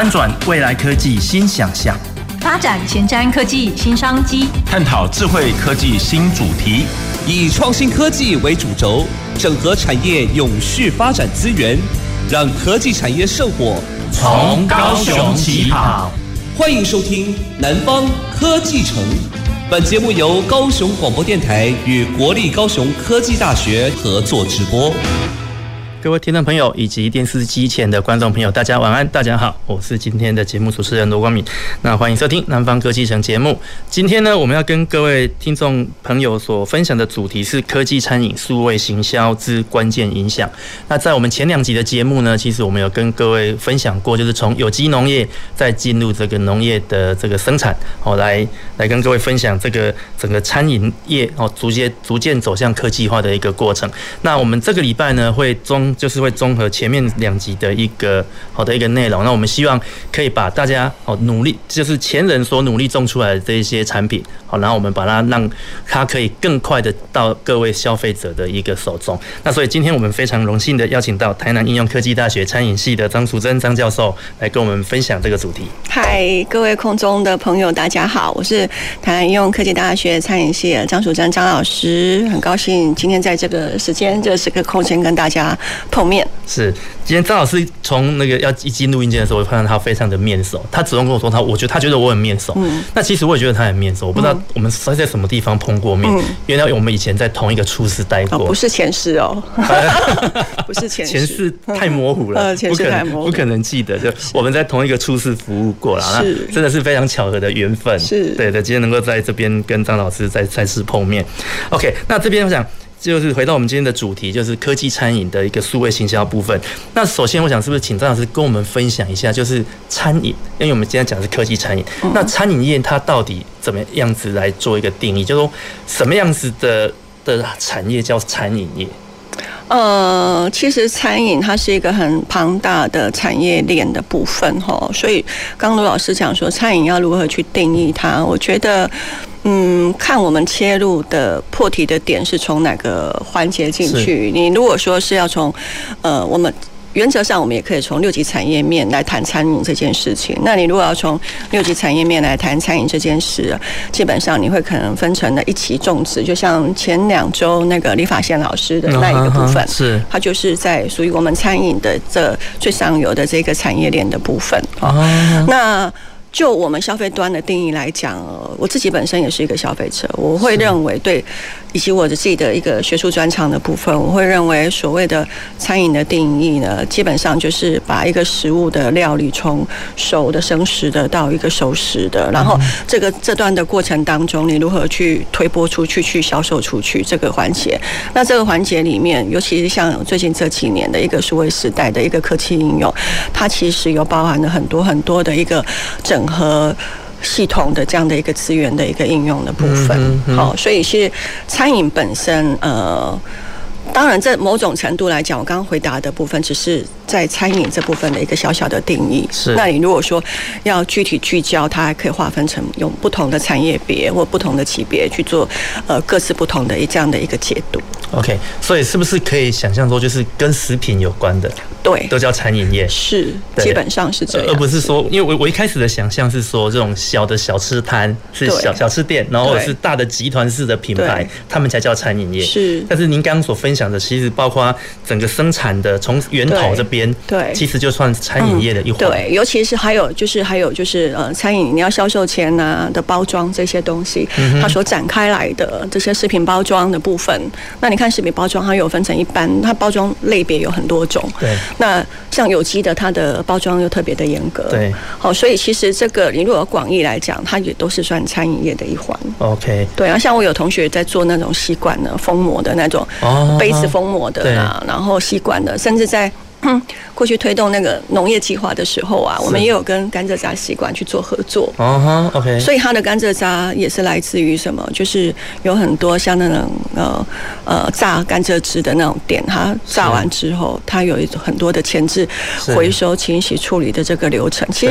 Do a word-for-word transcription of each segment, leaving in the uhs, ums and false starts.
翻转未来科技新想象， 发展前瞻科技新商机， 探讨智慧科技新主题， 以创新科技为主轴，整合产业永续发展资源，让科技产业圣火从高雄起跑。 欢迎收听南方科技城。本节目由高雄广播电台与国立高雄科技大学合作直播。 各位听众朋友以及电视机前的观众朋友，大家晚安，大家好，我是今天的节目主持人罗光敏。那欢迎收听南方科技城节目。今天呢，我们要跟各位听众朋友所分享的主题是科技餐饮数位行销之关键影响。那在我们前两集的节目呢，其实我们有跟各位分享过，就是从有机农业再进入这个农业的这个生产，哦，来来跟各位分享这个整个餐饮业哦，逐渐逐渐走向科技化的一个过程。那我们这个礼拜呢，会中就是会综合前面两集的一个好的一个内容，那我们希望可以把大家好努力，就是前人所努力种出来的这些产品，好，然后我们把它让它可以更快的到各位消费者的一个手中。那所以今天我们非常荣幸的邀请到台南应用科技大学餐饮系的张淑珍张教授来跟我们分享这个主题。 嗨，各位空中的朋友，大家好，我是台南应用科技大学餐饮系的张淑珍张老师，很高兴今天在这个时间、这个空间跟大家碰面。 是，今天张老师从那个要一进录音间的时候，我发现他非常的面熟。他主动跟我说他，我觉得他觉得我很面熟。嗯，那其实我也觉得他很面熟。我不知道我们在什么地方碰过面，嗯、原来我们以前在同一个处室待过。 哦、不是前世哦，不是前世， 前世太模糊了， 呃，前世太模糊， 不可能记得。就我们在同一个处室服务过了，那真的是非常巧合的缘分。是，对的，今天能够在这边跟张老师在菜市碰面。OK， 那这边我想。就是回到我们今天的主题，就是科技餐饮的一个数位行销部分。那首先，我想是不是请张老师跟我们分享一下，就是餐饮，因为我们今天讲的是科技餐饮，嗯、那餐饮业它到底怎么样子来做一个定义？就是说什么样子的的产业叫餐饮业？ 呃，其实餐饮它是一个很庞大的产业链的部分哈，所以刚刚卢老师讲说，餐饮要如何去定义它，我觉得。嗯，看我们切入的破题的点是从哪个环节进去。你如果说是要从，呃，我们原则上我们也可以从六级产业面来谈餐饮这件事情。那你如果要从六级产业面来谈餐饮这件事，基本上你会可能分成了一期种植，就像前两周那个李法宪老师的那一个部分，是它就是在属于我们餐饮的这最上游的这个产业链的部分。哦，那。就我们消费端的定义来讲，我自己本身也是一个消费者，我会认为对，以及我的自己的一个学术专长的部分，我会认为所谓的餐饮的定义呢，基本上就是把一个食物的料理从熟的生食的到一个熟食的，然后这个这段的过程当中，你如何去推播出去、去销售出去这个环节。那这个环节里面，尤其是像最近这几年的一个数位时代的一个科技应用，它其实有包含了很多很多的一个整和系统的这样的一个资源的一个应用的部分，好、嗯嗯哦，所以其实餐饮本身，呃，当然在某种程度来讲，我刚刚回答的部分只是在餐饮这部分的一个小小的定义。是，那你如果说要具体聚焦，它还可以划分成用不同的产业别或不同的级别去做，呃，各自不同的这样的一个解读。 OK， 所以是不是可以想象说，就是跟食品有关的， 对， 都叫餐饮业？是， 基本上是这样， 而不是说，因为我我一开始的想象是说，这种小的小吃摊是小小吃店，然后是大的集团式的品牌，他们才叫餐饮业。是，但是您刚刚所分享的，其实包括整个生产的从源头这边，对，其实就算餐饮业的一环。 对，尤其是还有就是还有就是呃，餐饮你要销售前啊的包装这些东西，它所展开来的这些食品包装的部分，那你。看食品包装，它有分成一般，它包装类别有很多种。对，那像有机的，它的包装又特别的严格。对，好，所以其实这个你如果广义来讲，它也都是算餐饮业的一环。OK， 对啊，像我有同学在做那种吸管的封膜的那种杯子封膜的啦，然后吸管的，甚至在。过去推动那个农业计划的时候啊，我们也有跟甘蔗渣吸管去做合作。哦、uh huh, OK。所以它的甘蔗渣也是来自于什么？就是有很多像那种呃呃榨甘蔗汁的那种店，它榨完之后，它有很多的前置回收、清洗、处理的这个流程。其实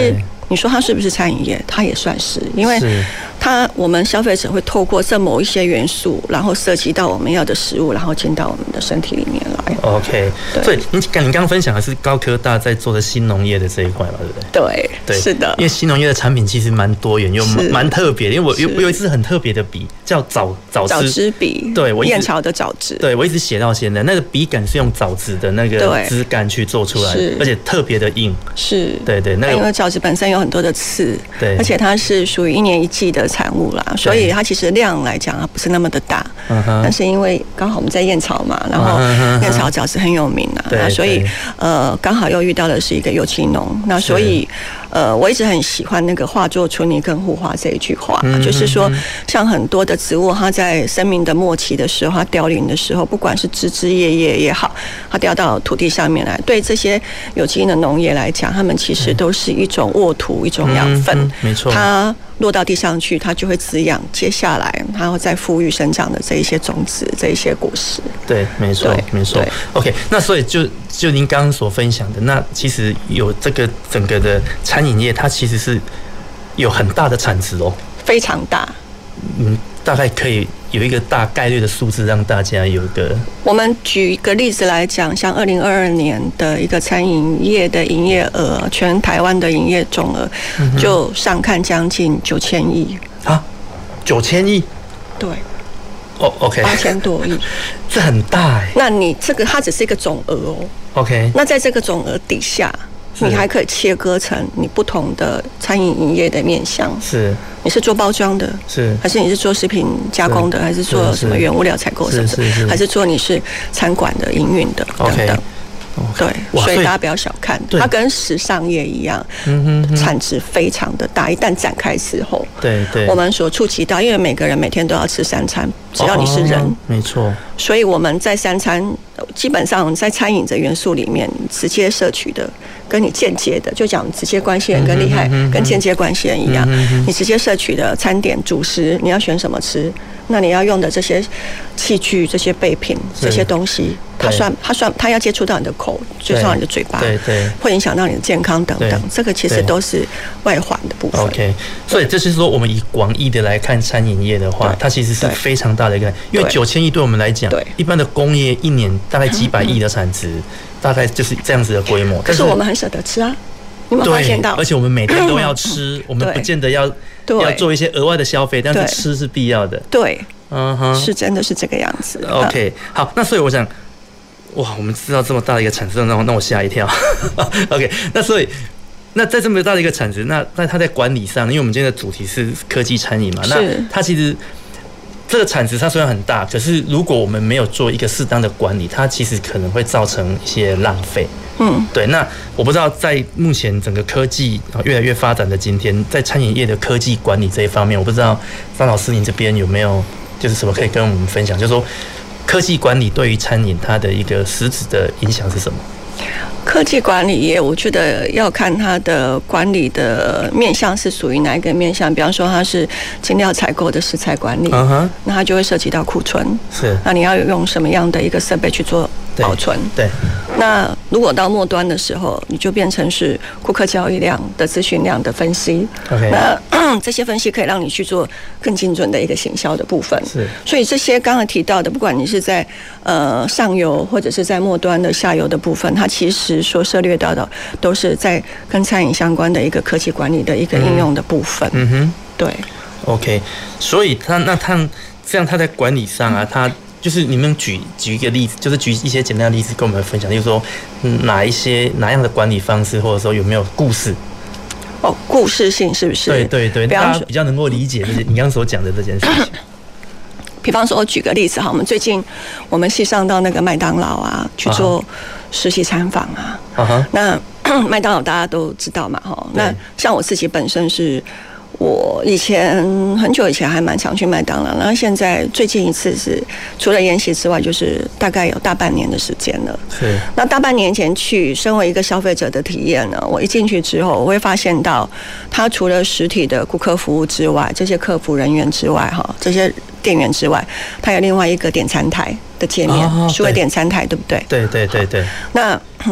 你说它是不是餐饮业？它也算是，因为它我们消费者会透过这某一些元素，然后涉及到我们要的食物，然后进到我们的身体里面来。 OK， 所以你你刚刚分享的是高科大在做的新农业的这一块嘛，对不对？ 对， 对， 是的。 因为新农业的产品其实蛮多元又蛮特别的，因为我有有一支很特别的笔叫枣枣枣汁笔， 对，我燕巢的枣汁， 对我一直写到现在，那个笔杆是用枣子的那个枝干去做出来的，而且特别的硬。是，对对，那个因为枣子本身有很多的刺，对，而且它是属于一年一季的产物啦，所以它其实量来讲它不是那么的大，但是因为刚好我们在燕巢嘛，然后燕巢枣子很有名啊，那所以呃刚好又遇到的是一个有机农，那所以呃我一直很喜欢那个化作春泥更护花这一句话，就是说像很多的植物，它在生命的末期的时候，它凋零的时候，不管是枝枝叶叶也好，它掉到土地上面来，对这些有机的农业来讲，它们其实都是一种沃土，一种养分，嗯、没错，它落到地上去，它就会滋养接下来它会再富裕生长的这一些种子，这一些果实。 对，没错，没错。OK， 那所以就就您刚刚所分享的，那其实有这个整个的餐饮业，它其实是有很大的产值哦， 非常大。 嗯，大概可以有一个大概率的数字，让大家有一个。 我们举一个例子来讲，像二零二二年的一个餐饮业的营业额，全台湾的营业总额就上看将近九千亿啊，九千亿， 对， 哦 ，OK， 八千多亿， 这很大哎。 那你这个它只是一个总额哦 ，OK， 那在这个总额底下。你还可以切割成你不同的餐饮营业的面向，是你是做包装的，是还是你是做食品加工的，还是做什么原物料采购什么的，还是做你是餐馆的营运的等等。对，所以大家不要小看，它跟时尚业一样，产值非常的大。一旦展开之后，对对，我们所触及到，因为每个人每天都要吃三餐，只要你是人，没错。所以我们在三餐基本上在餐饮的元素里面，直接摄取的，跟你间接的，就讲直接关系人跟厉害跟间接关系人一样，你直接摄取的餐点主食，你要选什么吃？那你要用的这些器具、这些备品、这些东西，它算它算它要接触到你的口，接触到你的嘴巴，对对，会影响到你的健康等等。这个其实都是外环的部分。OK， 所以这是说，我们以广义的来看餐饮业的话，它其实是非常大的一个，因为九千亿对我们来讲，一般的工业一年大概几百亿的产值，大概就是这样子的规模。可是我们很舍得吃啊。你有没有发现到？而且我们每天都要吃，我们不见得要要做一些额外的消费，但是吃是必要的。对，嗯哼，是真的是这个样子。OK， 好，那所以我想，哇，我们知道这么大的一个产值，让我让我吓一跳。OK， 那所以那在这么大的一个产值，那那它在管理上，因为我们今天的主题是科技餐饮嘛，那它其实。这个产值它虽然很大，可是如果我们没有做一个适当的管理，它其实可能会造成一些浪费。嗯，对。那我不知道在目前整个科技越来越发展的今天，在餐饮业的科技管理这一方面，我不知道张老师您这边有没有就是什么可以跟我们分享？就是说科技管理对于餐饮它的一个实质的影响是什么？科技管理业，我觉得要看它的管理的面向是属于哪一个面向。比方说，它是精料采购的食材管理， uh-huh. 那它就会涉及到库存。是，那你要用什么样的一个设备去做保存？对。对，那如果到末端的时候，你就变成是顾客交易量的资讯量的分析。Okay. 那这些分析可以让你去做更精准的一个行销的部分。是。所以这些刚才提到的，不管你是在呃上游或者是在末端的下游的部分，它其实所涉猎到的都是在跟餐饮相关的一个科技管理的一个应用的部分。嗯哼，对。OK， 所以他那他这样他在管理上啊，他就是你们举举一个例子，就是举一些简单的例子跟我们分享，就是说哪一些哪样的管理方式，或者说有没有故事？哦，故事性是不是？对对对，大家比较能够理解这些你刚刚所讲的这件事情。比方说，我举个例子哈，我们最近我们系上到那个麦当劳啊去做实习参访啊。Uh-huh. 那麦当劳大家都知道嘛哈。那像我自己本身是，我以前很久以前还蛮常去麦当劳，然后现在最近一次是除了研习之外，就是大概有大半年的时间了。是。那大半年前去，身为一个消费者的体验呢，我一进去之后，我会发现到，它除了实体的顾客服务之外，这些客服人员之外哈，这些店员之外，它有另外一个点餐台的界面，数位点餐台，对不对？对对对对。那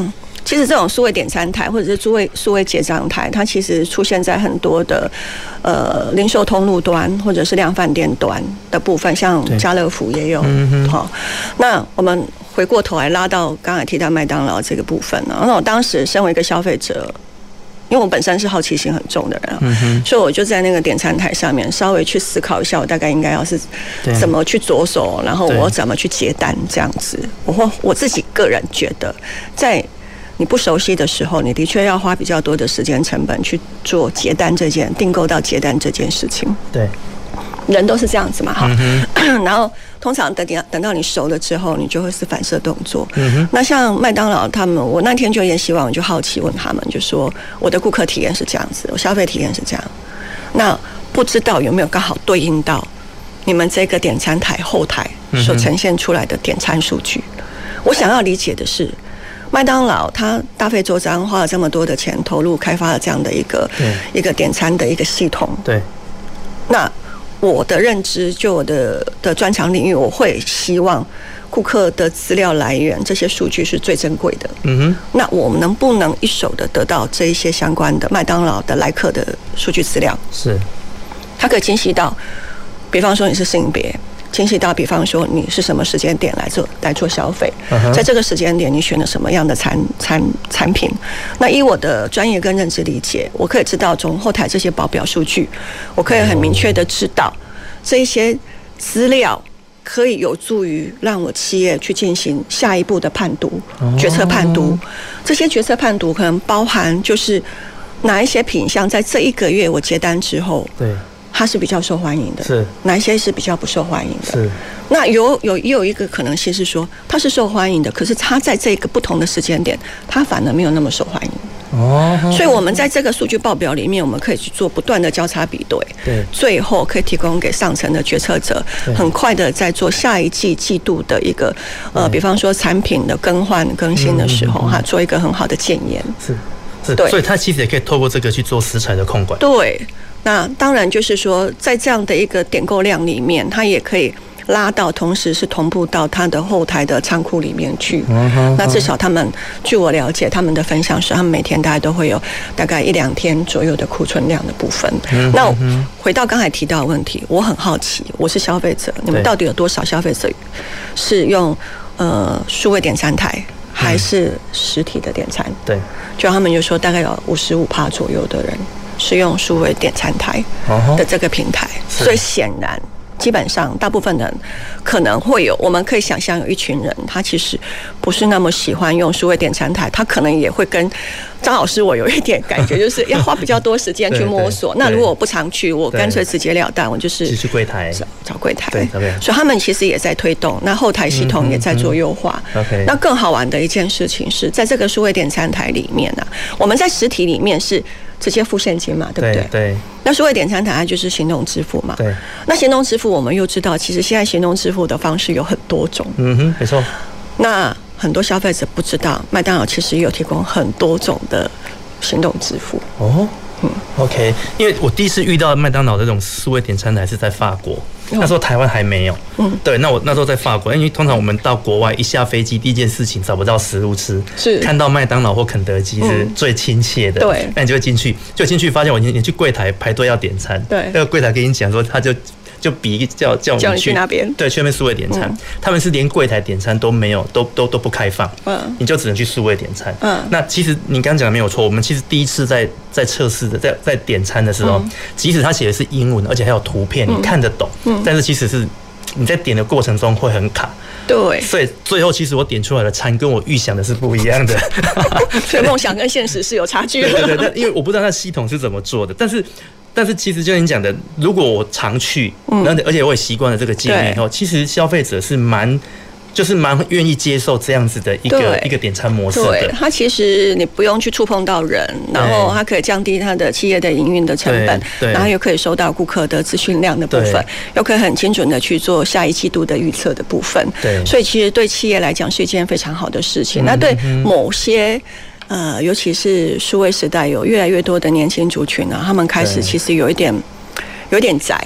其实这种数位点餐台或者是数位数位结账台，它其实出现在很多的呃零售通路端或者是量贩店端的部分，像家乐福也有。嗯好，那我们回过头来拉到刚才提到麦当劳这个部分呢，那我当时身为一个消费者。因为我本身是好奇心很重的人、啊嗯、所以我就在那个点餐台上面稍微去思考一下，我大概应该要是怎么去着手，然后我怎么去结单这样子。我我自己个人觉得，在你不熟悉的时候，你的确要花比较多的时间成本去做结单这件订购到结单这件事情。 对。 人都是这样子嘛，哈、嗯，然后通常等等到你熟了之后，你就会是反射动作。嗯、那像麦当劳他们，我那天就也希望，我就好奇问他们，就说我的顾客体验是这样子，我消费体验是这样，那不知道有没有刚好对应到你们这个点餐台后台所呈现出来的点餐数据？嗯、我想要理解的是。麦当劳它大费周章花了这么多的钱投入开发了这样的一个一个点餐的一个系统，对，那。我的认知，就我的的专长领域，我会希望顾客的资料来源这些数据是最珍贵的。嗯哼，那我们能不能一手的得到这一些相关的麦当劳的来客的数据资料？是，它可以精细到，比方说你是性别。精细到，比方说你是什么时间点来做来做消费， uh-huh. 在这个时间点你选了什么样的产产产品？那以我的专业跟认知理解，我可以知道从后台这些报表数据，我可以很明确的知道这一些资料可以有助于让我企业去进行下一步的判读、uh-huh. 决策判读。这些决策判读可能包含就是哪一些品项在这一个月我接单之后，对。它是比较受欢迎的，是哪一些是比较不受欢迎的？是那有有也有一个可能性是说，它是受欢迎的，可是它在这个不同的时间点，它反而没有那么受欢迎。哦，所以我们在这个数据报表里面，我们可以去做不断的交叉比对，对，最后可以提供给上层的决策者，很快的在做下一季季度的一个呃，比方说产品的更换更新的时候，哈、嗯，做一个很好的检验。是是，对，所以它其实也可以透过这个去做食材的控管。对。那当然就是说，在这样的一个点购量里面，它也可以拉到，同时是同步到它的后台的仓库里面去。Uh-huh. 那至少他们，据我了解，他们的分享是，他们每天大概都会有大概一两天左右的库存量的部分。Uh-huh. 那回到刚才提到的问题，我很好奇，我是消费者，你们到底有多少消费者是用呃数位点餐台？还是实体的点餐？对，就他们就说大概有五十五趴左右的人是用数位点餐台的这个平台，所以显然基本上大部分人可能会有，我们可以想象有一群人，他其实不是那么喜欢用数位点餐台，他可能也会跟张老师我有一点感觉，就是要花比较多时间去摸索。那如果我不常去，我干脆直截了当，我就是去柜台找柜台。对，所以他们其实也在推动，那后台系统也在做优化。嗯嗯、那更好玩的一件事情是在这个数位点餐台里面呢、啊，我们在实体里面是直接付现金嘛，对不对？对。那数位点餐台它就是行动支付嘛。对。那行动支付我们又知道，其实现在行动支付的方式有很多种。嗯哼，没错。那很多消费者不知道，麦当劳其实也有提供很多种的行动支付。哦，嗯 ，OK， 因为我第一次遇到麦当劳这种数位点餐台是在法国，那时候台湾还没有。嗯，对，那我那时候在法国，因为通常我们到国外一下飞机，第一件事情找不到食物吃，是看到麦当劳或肯德基是最亲切的。对、嗯，那你就会进去，就进去发现我你你去柜台排队要点餐，对，那个柜台跟你讲说，他就。就比叫叫我们去那边，对，去那边数位点餐、嗯，他们是连柜台点餐都没有，都都都不开放，嗯，你就只能去数位点餐，嗯，那其实你刚刚讲的没有错，我们其实第一次在在测试的，在在点餐的时候、嗯，即使他写的是英文，而且还有图片，你看得懂，嗯，但是其实是你在点的过程中会很卡。对，所以最后其实我点出来的餐跟我预想的是不一样的，所以梦想跟现实是有差距的。对对对，因为我不知道那系统是怎么做的，但是。但是其实就像你讲的，如果我常去，嗯，而且我也习惯了这个界面以后，其实消费者是蛮，就是蛮愿意接受这样子的一个一个点餐模式的。对，它其实你不用去触碰到人，然后它可以降低它的企业的营运的成本，然后又可以收到顾客的资讯量的部分，又可以很精准的去做下一季度的预测的部分。对，所以其实对企业来讲是一件非常好的事情。嗯、那对某些。呃，尤其是数位时代，有越来越多的年轻族群啊，他们开始其实有一点，有点宅，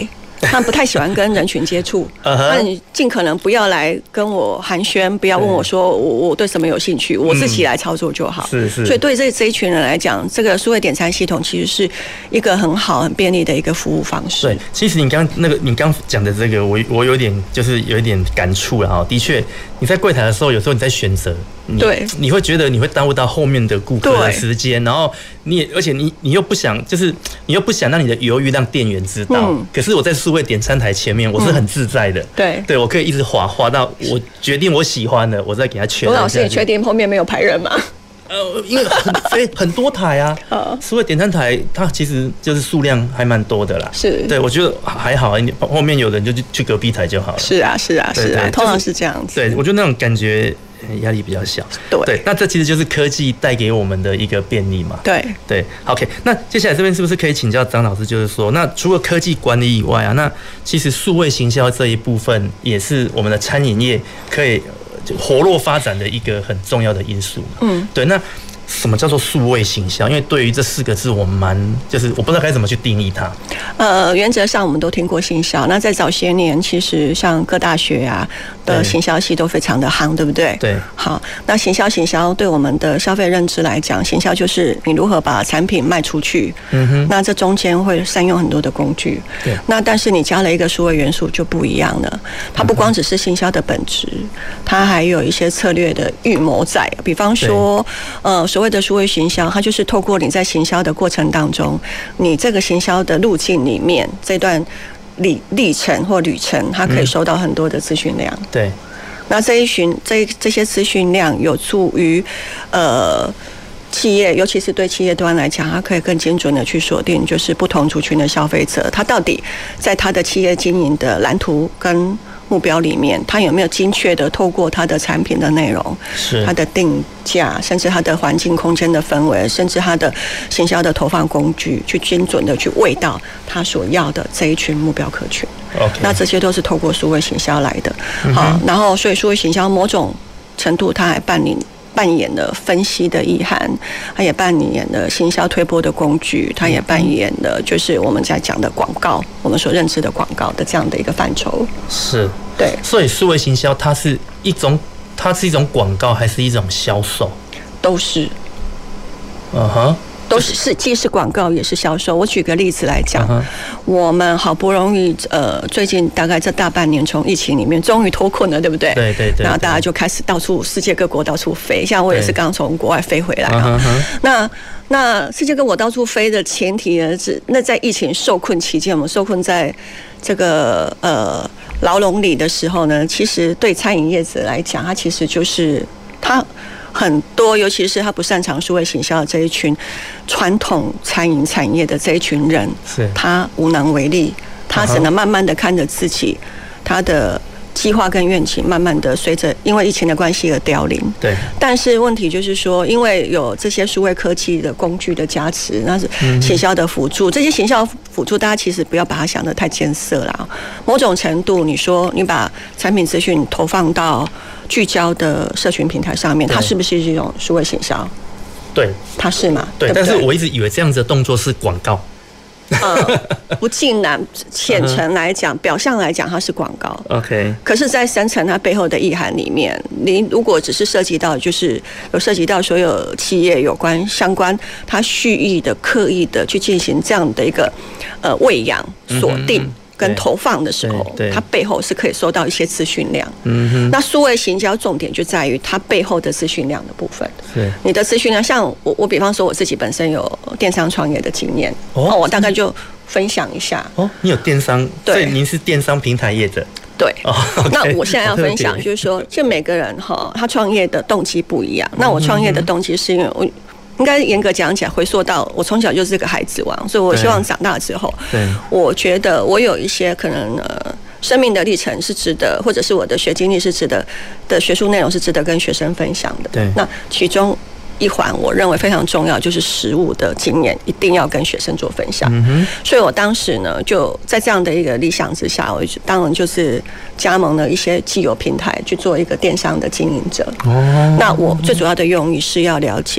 他们不太喜欢跟人群接触，那你尽可能不要来跟我寒暄，不要问我说我我对什么有兴趣，我自己来操作就好。 是是。 所以对这这一群人来讲，这个数位点餐系统其实是一个很好、很便利的一个服务方式。 对，其实你刚那个你刚讲的这个，我我有点就是有一点感触了哈。的确，你在柜台的时候，有时候你在选择， 对， 你会觉得你会耽误到后面的顾客的时间，然后你也而且你你又不想，就是你又不想让你的犹豫让店员知道。嗯、可是我在数位点餐台前面，我是很自在的。嗯、 对， 对我可以一直滑滑到我决定我喜欢的，我再给他确认。 罗老师，你确定后面没有排人吗？ 呃，因为很非很多台啊，数位点餐台它其实就是数量还蛮多的啦。是，对我觉得还好，后面有人就去去隔壁台就好了。 是啊，是啊，是啊，通常是这样子。 对，我觉得那种感觉压力比较小。对，对，那这其实就是科技带给我们的一个便利嘛。对对 ，OK， 那接下来这边是不是可以请教张老师，就是说，那除了科技管理以外啊，那其实数位行销这一部分也是我们的餐饮业可以活络发展的一个很重要的因素嘛。嗯，对，那什么叫做数位行销？因为对于这四个字，我蛮就是我不知道该怎么去定义它。 呃，原则上我们都听过行销。那在早些年，其实像各大学啊的行销系都非常的夯，对不对？对。好，那行销行销对我们的消费认知来讲，行销就是你如何把产品卖出去。嗯哼。那这中间会善用很多的工具。对。那但是你加了一个数位元素就不一样了。它不光只是行销的本质，它还有一些策略的预谋在。比方说，呃，所谓的数位行销，它就是透过你在行销的过程当中，你这个行销的路径里面这段历历程或旅程，它可以收到很多的资讯量。对，那这一群这这些资讯量有助于呃企业，尤其是对企业端来讲，它可以更精准的去锁定，就是不同族群的消费者，他到底在他的企业经营的蓝图跟目标里面，他有没有精确的透过他的产品的内容、是他的定价，甚至他的环境空间的氛围，甚至他的行销的投放工具，去精准的去喂到他所要的这一群目标客群。Okay. 那这些都是透过数位行销来的。好，然后所以数位行销某种程度，它还扮演扮演了分析的意涵，它也扮演了行销推播的工具，它也扮演了就是我们在讲的广告，我们所认知的广告的这样的一个范畴。是，对。 所以数位行销它是一种，它是一种广告，还是一种销售？ 都是。 嗯哼。 都是是既是广告也是销售。我举个例子来讲， uh-huh. 我们好不容易呃，最近大概这大半年从疫情里面终于脱困了，对不对？对对 对, 对。然后大家就开始到处世界各国到处飞，像我也是刚从国外飞回来啊。Uh-huh. 那那世界各国到处飞的前提呢是，那在疫情受困期间，我们受困在这个呃牢笼里的时候呢，其实对餐饮业者来讲，它其实就是它。很多，尤其是他不擅长数位行销的这一群传统餐饮产业的这一群人，他无能为力，他只能慢慢的看着自己，他的计划跟愿景慢慢的随着因为疫情的关系而凋零。对。但是问题就是说，因为有这些数位科技的工具的加持，那是行销的辅助，这些行销辅助大家其实不要把它想得太艰涩啦。某种程度，你说你把产品资讯投放到聚焦的社群平台上面，它是不是一种数位行销？对，它是嘛？对， 对，但是我一直以为这样子的动作是广告。 呃，不尽然，浅层来讲，表象来讲，它是广告。OK。可是，在深层它背后的意涵里面，你如果只是涉及到，就是有涉及到所有企业有关相关，它蓄意的、刻意的去进行这样的一个呃喂养、锁定。跟投放的时候，它背后是可以收到一些资讯量。嗯哼。那数位行销重点就在于它背后的资讯量的部分。是。你的资讯量，像我，我比方说我自己本身有电商创业的经验，哦，我大概就分享一下。 哦，你有电商？对，您是电商平台业者。 对。哦。那我现在要分享，就是说，就每个人哈，他创业的动机不一样。那我创业的动机是因为我。应该严格讲起来，回溯到我从小就是个孩子王，所以我希望长大之后，我觉得我有一些可能呃生命的历程是值得，或者是我的学经历是值得的学术内容是值得跟学生分享的。对，那其中一环我认为非常重要，就是实务的经验一定要跟学生做分享。嗯、所以我当时呢，就在这样的一个理想之下，我当然就是加盟了一些既有平台去做一个电商的经营者。哦，那我最主要的用意是要了解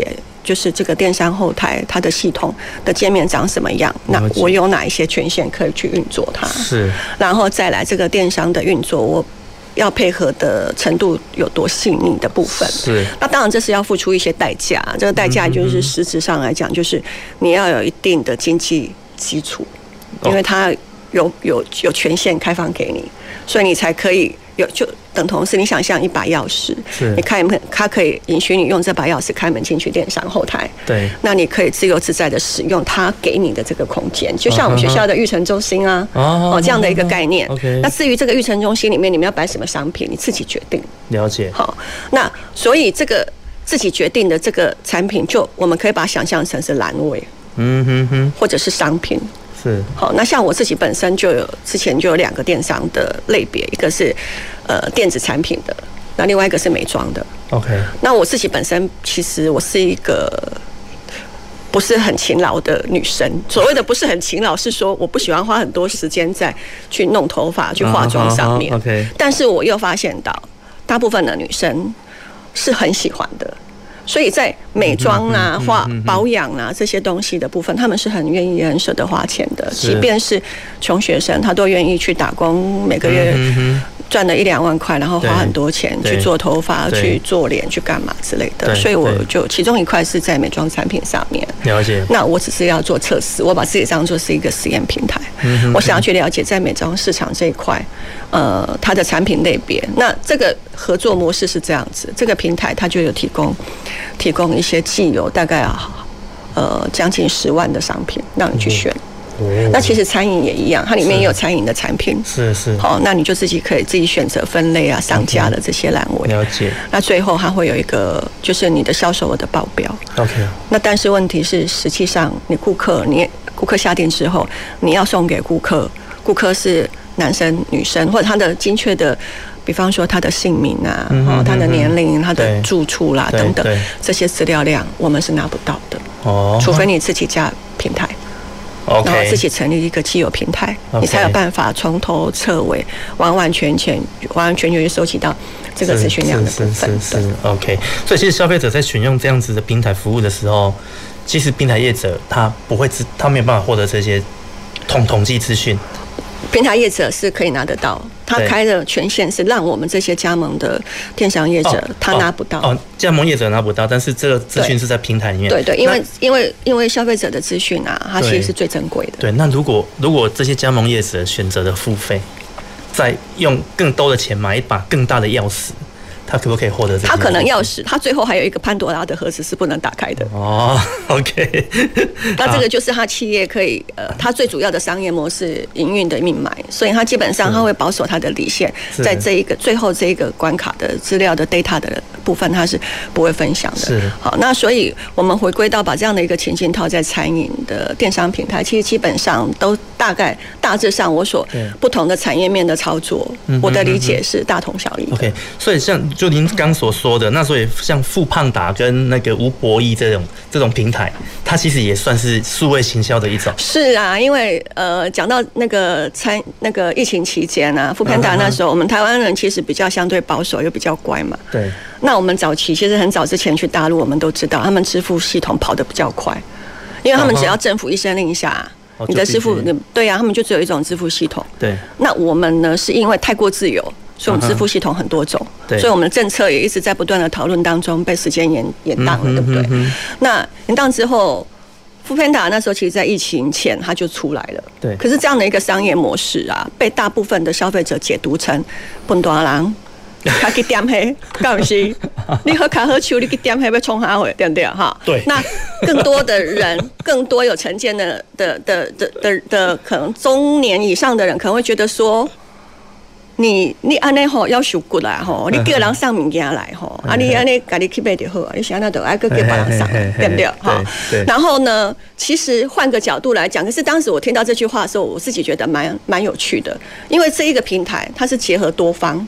就是这个电商后台它的系统的界面长什么样，那我有哪一些权限可以去运作它， 是， 然后再来这个电商的运作，我要配合的程度有多细腻的部分， 是。 那当然这是要付出一些代价，这个代价就是实质上来讲，就是你要有一定的经济基础，因为它有有有权限开放给你，所以你才可以有，就等同是你想象一把钥匙，你开门，它可以允许你用这把钥匙开门进去电商后台， 对， 那你可以自由自在的使用它给你的这个空间，就像我们学校的育成中心啊，哦这样的一个概念。 OK， 那至于这个育成中心里面你们要摆什么商品，你自己决定。 了解。 好，那所以这个自己决定的这个产品，就我们可以把它想象成是栏位， 嗯哼哼， 或者是商品。 是。 好，那像我自己本身就有之前就有两个电商的类别，一个是呃电子产品的，那另外一个是美妆的。 OK， 那我自己本身其实我是一个不是很勤劳的女生，所谓的不是很勤劳，是说我不喜欢花很多时间在去弄头发、去化妆上面。 Uh-huh, OK， 但是我又发现到，大部分的女生是很喜欢的。所以在美妆啊、化保养啊这些东西的部分，他们是很愿意、很舍得花钱的。即便是穷学生，他都愿意去打工，每个月赚了一两万块，然后花很多钱去做头发、去做脸、去干嘛之类的。所以我就其中一块是在美妆产品上面。 了解。 那我只是要做测试，我把自己当作是一个实验平台。我想要去了解在美妆市场这一块，呃，它的产品类别。那这个合作模式是这样子，这个平台它就有提供。提供一些既有大概啊，呃将近十万的商品让你去选。嗯、那其实餐饮也一样，它里面也有餐饮的产品。 是是。 好，那你就自己可以自己选择分类啊，商家的这些栏位。 了解。 那最后它会有一个就是你的销售额的报表。 OK。 那但是问题是，实际上你顾客你顾客下定之后，你要送给顾客，顾客是男生女生或者他的精确的。比方说他的姓名啊，嗯、哦，他的年龄、他的住处啦等等这些资料量，我们是拿不到的。哦，除非你自己加平台 ，OK， 然后自己成立一个既有平台， okay， 你才有办法从头彻尾完完全全、完完全全收集到这个资讯量的部分。 是是是 ，OK。所以其实消费者在选用这样子的平台服务的时候，其实平台业者他不会知，他没有办法获得这些统统计资讯。 平台业者是可以拿得到，他开的权限是让我们这些加盟的电商业者、哦、他拿不到。 哦，加盟业者拿不到，但是这个资讯是在平台里面。 对对，因为因为因为消费者的资讯啊，它其实是最珍贵的。 对，那如果如果这些加盟业者选择的付费，再用更多的钱买一把更大的钥匙。他可不可以获得这些？ 他可能钥匙，他最后还有一个潘多拉的盒子是不能打开的。 哦 ，OK 。 那这个就是他企业可以呃，他最主要的商业模式营运的命脉，所以他基本上他会保守他的底线，在这一个最后这一个关卡的资料的 data 的部分，他是不会分享的。 是。 好，那所以我们回归到把这样的一个情境套在餐饮的电商平台，其实基本上都大概大致上我所不同的产业面的操作，我的理解是大同小异。 OK， 所以像。就您刚所说的，那所以像富胖达跟那个吴博弈这种这种平台，它其实也算是数位行销的一种。 是啊，因为呃，讲到那个餐那个疫情期间啊，富胖达那时候，我们台湾人其实比较相对保守又比较乖嘛。 对。 那我们早期其实很早之前去大陆，我们都知道他们支付系统跑得比较快，因为他们只要政府一声令下。哦、你的支付，对啊，他们就只有一种支付系统。 对。 那我们呢，是因为太过自由，所以我们支付系统很多种，所以我们的政策也一直在不断的讨论当中，被时间延延宕了，嗯、对不对？嗯、那延宕之后，富胖达那时候其实在疫情前它就出来了。 对。 可是这样的一个商业模式啊，被大部分的消费者解读成笨大人。他去点黑，干不是？你喝卡喝酒，你去点黑被冲下回，对不对？哈， 对。 那更多的人，更多有成见的的的的的的，可能中年以上的人，可能会觉得说，你你安尼吼要受骨啦吼，你叫人送物件来吼，啊你安尼家己去买就好，你想那都爱个叫别人送，对不对？哈。然后呢，其实换个角度来讲，可是当时我听到这句话的时候，我自己觉得蛮蛮有趣的，因为这一个平台它是结合多方。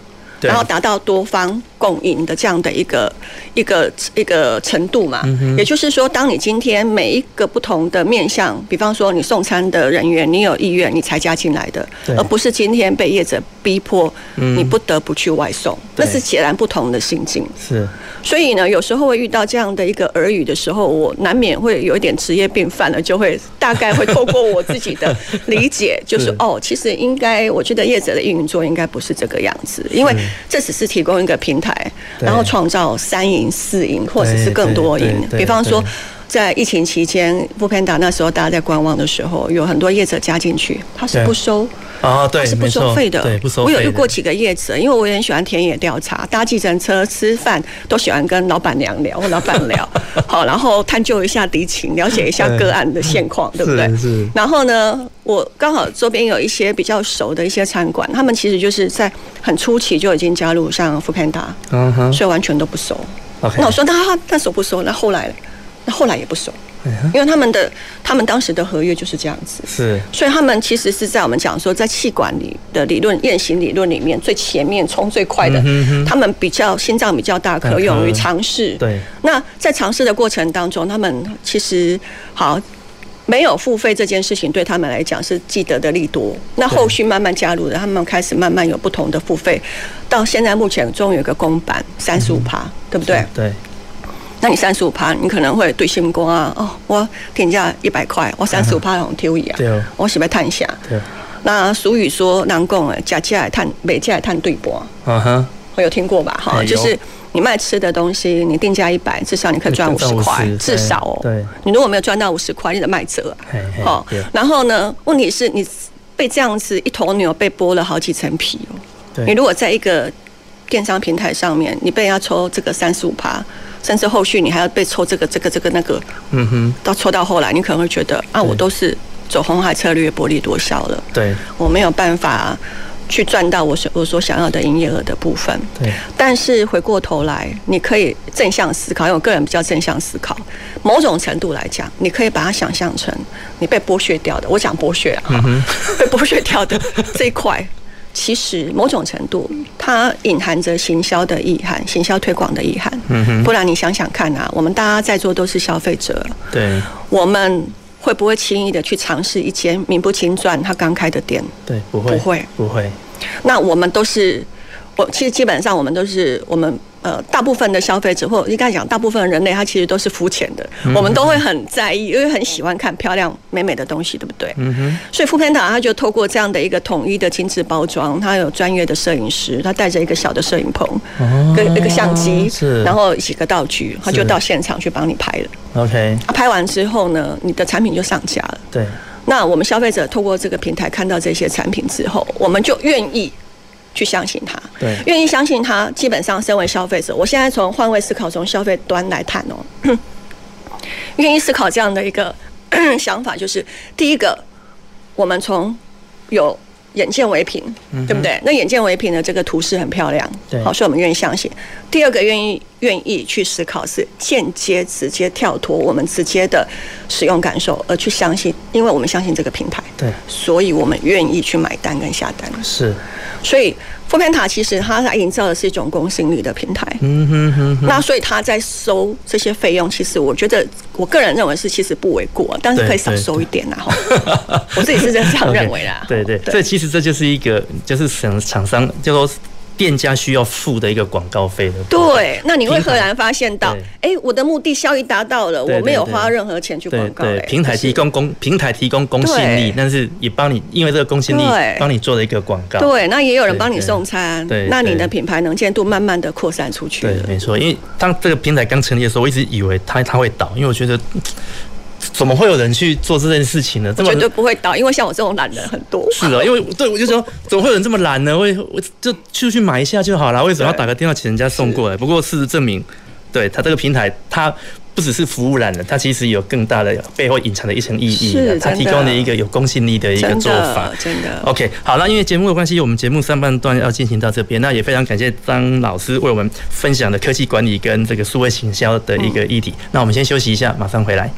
然后达到多方共赢的这样的一个一个一个程度嘛。嗯、也就是说，当你今天每一个不同的面向，比方说你送餐的人员，你有意愿你才加进来的，而不是今天被业者逼迫，你不得不去外送，嗯、那是截然不同的心境。 是， 所以呢，有时候会遇到这样的一个耳语的时候，我难免会有一点职业病犯了，就会大概会透过我自己的理解，就是哦，其实应该，我觉得业者的运作应该不是这个样子，因为这只是提供一个平台，然后创造三赢、四赢，或者是更多赢。比方说，在疫情期间，Foodpanda那时候大家在观望的时候，有很多业者加进去，他是不收。 哦，对， 它是不收费的， 对，不收费的。 我有遇过几个业者，因为我也很喜欢田野调查，搭计程车、吃饭都喜欢跟老板娘聊或老板聊，好，然后探究一下敌情，了解一下个案的现况，对不对？是。然后呢，我刚好周边有一些比较熟的一些餐馆，他们其实就是在很初期就已经加入像Foodpanda，嗯哼，所以完全都不收。Okay. 那我说那那收不收？那后来，那后来也不收。因为他们的他们当时的合约就是这样子，是，所以他们其实是在我们讲说，在企管理的理论、验行理论里面最前面冲最快的，嗯、他们比较心脏比较大颗，勇于尝试。对，那在尝试的过程当中，他们其实好没有付费这件事情对他们来讲是既得的利多。那后续慢慢加入的，他们开始慢慢有不同的付费，到现在目前终于有个公版三十五趴，对不对？对。那你三十五趴，你可能会对心光啊，哦，我定价一百块，我三十五趴用抽伊啊，我是要探一下。那俗语说，人讲诶，假价探，美价探对半。嗯哼，我有听过吧？哈，就是你卖吃的东西，你定价一百，至少你可以赚五十块，至少哦。对，你如果没有赚到五十块，你的卖折。好，然后呢，问题是你被这样子一头牛被剥了好几层皮哦。你如果在一个电商平台上面，你被人家抽这个三十五趴。甚至后续你还要被抽这个这个这个那个，嗯哼，到抽到后来，你可能会觉得啊，我都是走红海策略薄利多销了，对，我没有办法去赚到我所我所想要的营业额的部分，对。但是回过头来，你可以正向思考，因为我个人比较正向思考，某种程度来讲，你可以把它想象成你被剥削掉的，我讲剥削啊，嗯、被剥削掉的这一块。其实某种程度，它隐含着行销的意涵、行销推广的意涵。嗯哼，不然你想想看啊，我们大家在座都是消费者，对，我们会不会轻易的去尝试一间名不经传、他刚开的店？对，不会，不会，不会。那我们都是，我其实基本上我们都是我们。呃，大部分的消费者，或应该讲大部分的人类，他其实都是肤浅的。嗯、我们都会很在意，因为很喜欢看漂亮美美的东西，对不对？嗯哼。所以Foodpanda它就透过这样的一个统一的精致包装，它有专业的摄影师，他带着一个小的摄影棚，哦、跟一个相机，然后几个道具，他就到现场去帮你拍了。OK。拍完之后呢，你的产品就上架了。对。那我们消费者透过这个平台看到这些产品之后，我们就愿意。去相信他，对，愿意相信他。基本上，身为消费者，我现在从换位思考，从消费端来谈哦，愿意思考这样的一个想法，就是第一个，我们从有眼见为凭，嗯、对不对？那眼见为凭的这个图示很漂亮，对，好，所以我们愿意相信。第二个，愿意愿意去思考，是间接直接跳脱我们直接的使用感受，而去相信，因为我们相信这个平台，对，所以我们愿意去买单跟下单，是。所以Foodpanda其实它来营造的是一种公信力的平台，嗯哼哼哼。那所以他在收这些费用，其实我觉得我个人认为是其实不为过，但是可以少收一点啦。我自己是这样认为啦。对 对, 对，所以其实这就是一个就是厂商就说。店家需要付的一个广告费的， 对，那你会赫然发现到，哎，我的目的效益达到了，我没有花任何钱去广告， 对，平台提供公平台提供公信力，但是也帮你因为这个公信力帮你做了一个广告， 对，那也有人帮你送餐，对，那你的品牌能见度慢慢的扩散出去， 对，没错，因为当这个平台刚成立的时候，我一直以为它它会倒，因为我觉得。怎么会有人去做这件事情呢？ 绝对不会倒，因为像我这种懒人很多。 是的，因为对我就说，怎么会有人这么懒呢？我我就去去买一下就好了，为什么要打个电话请人家送过来？不过事实证明，对它这个平台，它不只是服务懒人，它其实有更大的背后隐藏的一层意义。它提供了一个有公信力的一个做法。 真的。 OK， 好了，因为节目的关系，我们节目上半段要进行到这边，那也非常感谢张老师为我们分享的科技管理跟这个数位行销的一个议题。嗯、那我们先休息一下，马上回来。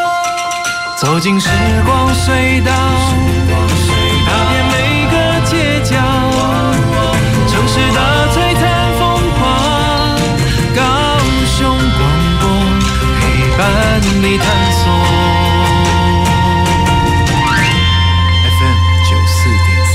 走进时光隧道，踏遍每个街力探索。F M 九四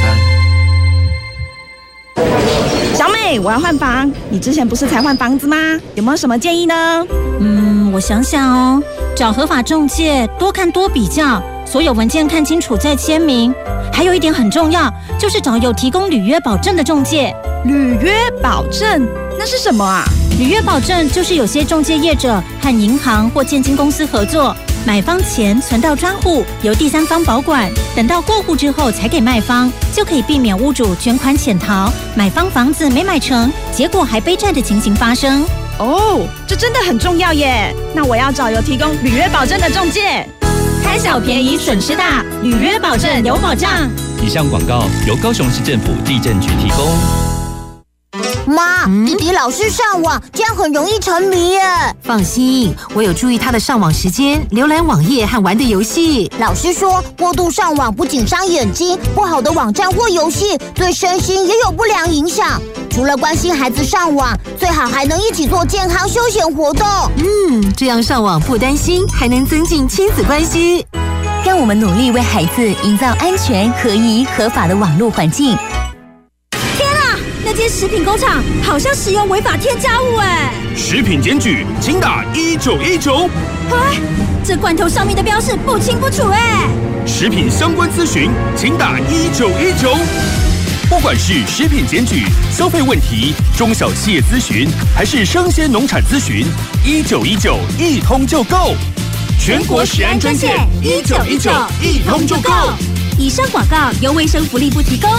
点三。 小美，我要换房，你之前不是才换房子吗？有没有什么建议呢？ 嗯，我想想哦，找合法仲介，多看多比较，所有文件看清楚再签名。还有一点很重要，就是找有提供履约保证的仲介。 履约保证那是什么啊？ 履约保证就是有些仲介业者和银行或建金公司合作，买方钱存到专户，由第三方保管，等到过户之后才给卖方，就可以避免屋主卷款潜逃，买方房子没买成，结果还背债的情形发生。 哦，这真的很重要耶！那我要找有提供履约保证的仲介。 贪小便宜损失大，履约保证有保障。 以上广告由高雄市政府地政局提供。 妈，弟弟老是上网，这样很容易沉迷耶。 放心，我有注意他的上网时间、浏览网页和玩的游戏。 老师说，过度上网不仅伤眼睛，不好的网站或游戏对身心也有不良影响。除了关心孩子上网，最好还能一起做健康休闲活动。 嗯，这样上网不担心，还能增进亲子关系。 让我们努力为孩子营造安全、合宜、合法的网络环境。 那间食品工厂好像使用违法添加物哎！ 食品检举，请打一九一九。 哎，这罐头上面的标示不清不楚哎！ 食品相关咨询，请打一九一九。不管是食品检举、消费问题、中小企业咨询，还是生鲜农产咨询，一九一九一通就够。全国食安专线一九一九一通就够。 以上广告由卫生福利部提供。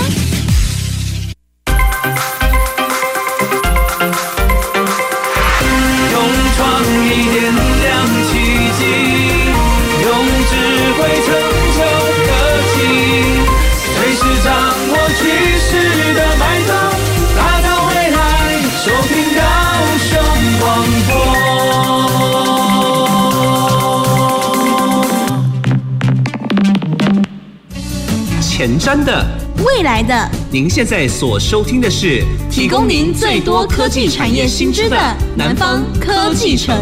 一点亮奇迹，用智慧成就科技，随时掌握趋势的脉动，打造未来。收听高雄广播。前瞻的， 未来的， 您现在所收听的是提供您最多科技产业新知的南方科技城。